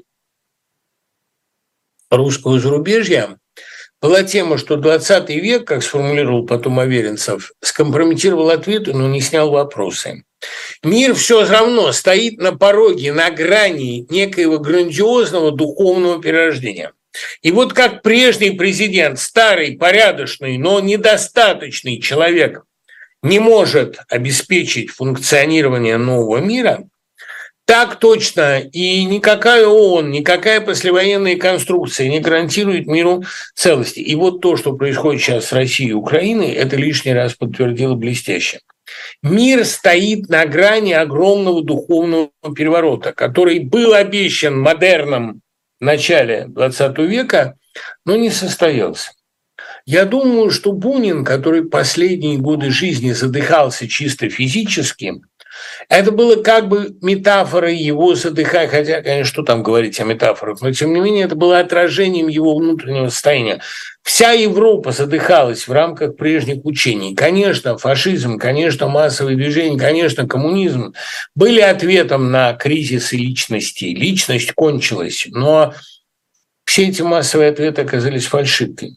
русского зарубежья была тема, что двадцатый век, как сформулировал потом Аверинцев, скомпрометировал ответы, но не снял вопросы. Мир все равно стоит на пороге, на грани некоего грандиозного духовного перерождения. И вот как прежний президент, старый, порядочный, но недостаточный человек не может обеспечить функционирование нового мира, так точно и никакая ООН, никакая послевоенная конструкция не гарантирует миру целости. И вот то, что происходит сейчас с Россией и Украиной, это лишний раз подтвердило блестяще. Мир стоит на грани огромного духовного переворота, который был обещан модерном в начале двадцатого века, но не состоялся. Я думаю, что Бунин, который последние годы жизни задыхался чисто физически, это было как бы метафорой его задыхания, хотя, конечно, что там говорить о метафорах, но, тем не менее, это было отражением его внутреннего состояния. Вся Европа задыхалась в рамках прежних учений. Конечно, фашизм, конечно, массовые движения, конечно, коммунизм были ответом на кризисы личности. Личность кончилась, но все эти массовые ответы оказались фальшивкой.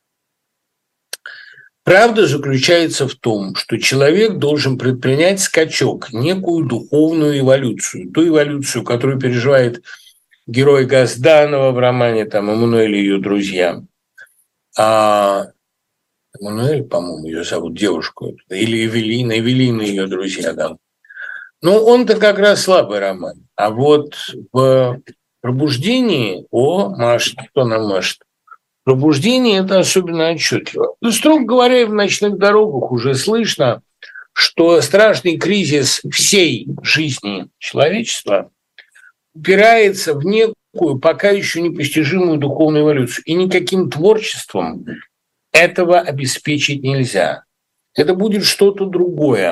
Правда заключается в том, что человек должен предпринять скачок, некую духовную эволюцию, ту эволюцию, которую переживает герой Газданова в романе там, «Эммануэль и ее друзья». А Эммануэль, по-моему, ее зовут, девушку, или Эвелина, Эвелина и ее друзья, да. Ну, он-то как раз слабый роман. А вот в «Пробуждении», о, машет, кто нам машет? Пробуждение – это особенно отчетливо. Ну, строго говоря, в «Ночных дорогах» уже слышно, что страшный кризис всей жизни человечества упирается в некую пока еще непостижимую духовную эволюцию. И никаким творчеством этого обеспечить нельзя. Это будет что-то другое.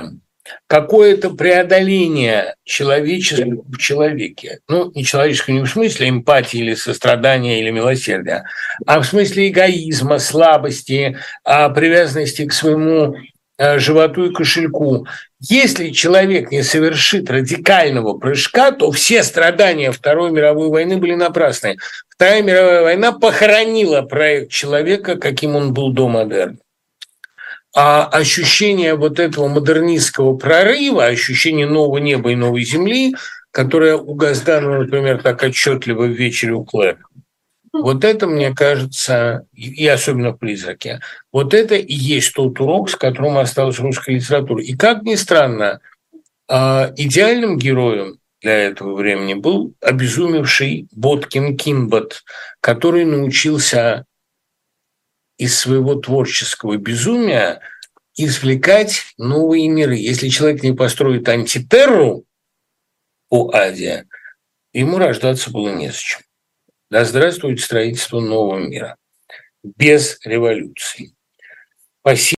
какое-то преодоление человеческого в человеке. Ну, не человеческого не в смысле эмпатии или сострадания или милосердия, а в смысле эгоизма, слабости, привязанности к своему животу и кошельку. Если человек не совершит радикального прыжка, то все страдания Второй мировой войны были напрасны. Вторая мировая война похоронила проект человека, каким он был до модерна. А ощущение вот этого модернистского прорыва, ощущение нового неба и новой земли, которое у Газданова, например, так отчетливо в «Вечере у Клэр», вот это, мне кажется, и особенно в «Призраке», вот это и есть тот урок, с которым осталась русская литература. И, как ни странно, идеальным героем для этого времени был обезумевший Боткин Кинбот, который научился из своего творческого безумия извлекать новые миры. Если человек не построит антитерру по Аде, ему рождаться было незачем. Да здравствует строительство нового мира без революции. Спасибо.